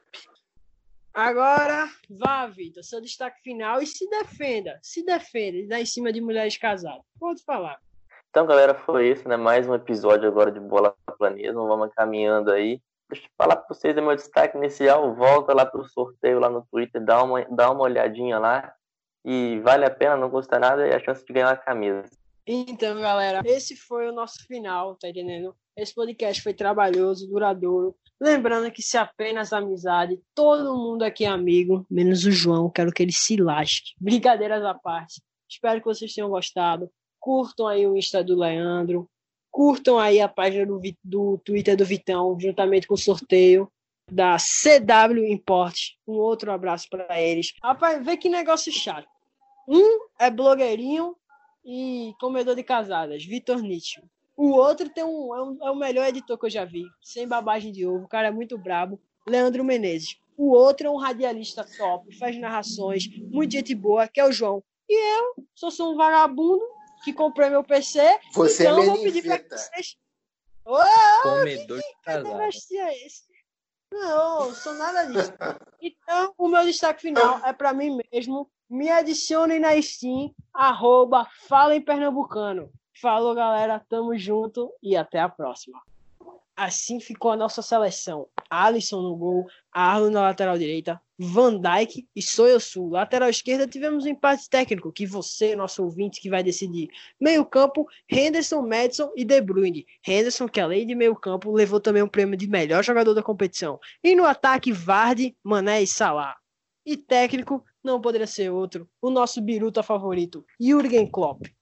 Agora, vá, Vitor, seu destaque final e se defenda, se defenda, e dá em cima de mulheres casadas. Pode falar. Então, galera, foi isso, né? Mais um episódio agora de Bola Planismo. Vamos caminhando aí. Deixa eu falar para vocês, é meu destaque inicial. Volta lá pro sorteio lá no Twitter, dá uma, dá uma olhadinha lá. E vale a pena, não custa nada, e a chance de ganhar uma camisa. Então, galera, esse foi o nosso final, tá entendendo? Esse podcast foi trabalhoso, duradouro. Lembrando que se apenas amizade, todo mundo aqui é amigo, menos o João, quero que ele se lasque. Brincadeiras à parte. Espero que vocês tenham gostado. Curtam aí o Insta do Leandro. Curtam aí a página do, do Twitter do Vitão, juntamente com o sorteio da C W Import. Um outro abraço para eles. Rapaz, vê que negócio chato. Um é blogueirinho e comedor de casadas, Vitor Nietzsche. O outro tem um é, um, é o melhor editor que eu já vi, sem babagem de ovo, o cara é muito brabo, Leandro Menezes. O outro é um radialista top, faz narrações, muito gente boa, que é o João. E eu só sou um vagabundo que comprei meu P C, Você então é eu vou pedir para vocês... Oh, Comedor de casadas. é esse? Não, sou nada disso. Então, o meu destaque final é para mim mesmo. Me adicionem na Steam, arroba Fala em Pernambucano. Falou, galera. Tamo junto e até a próxima. Assim ficou a nossa seleção. Alisson no gol, Arlo na lateral direita, Van Dijk e Soyuncu. Lateral esquerda tivemos um empate técnico, que você, nosso ouvinte, que vai decidir. Meio campo, Henderson, Maddison e De Bruyne. Henderson, que além de meio campo, levou também um prêmio de melhor jogador da competição. E no ataque, Vardy, Mané e Salah. E técnico, não poderia ser outro, o nosso biruta favorito, Jürgen Klopp.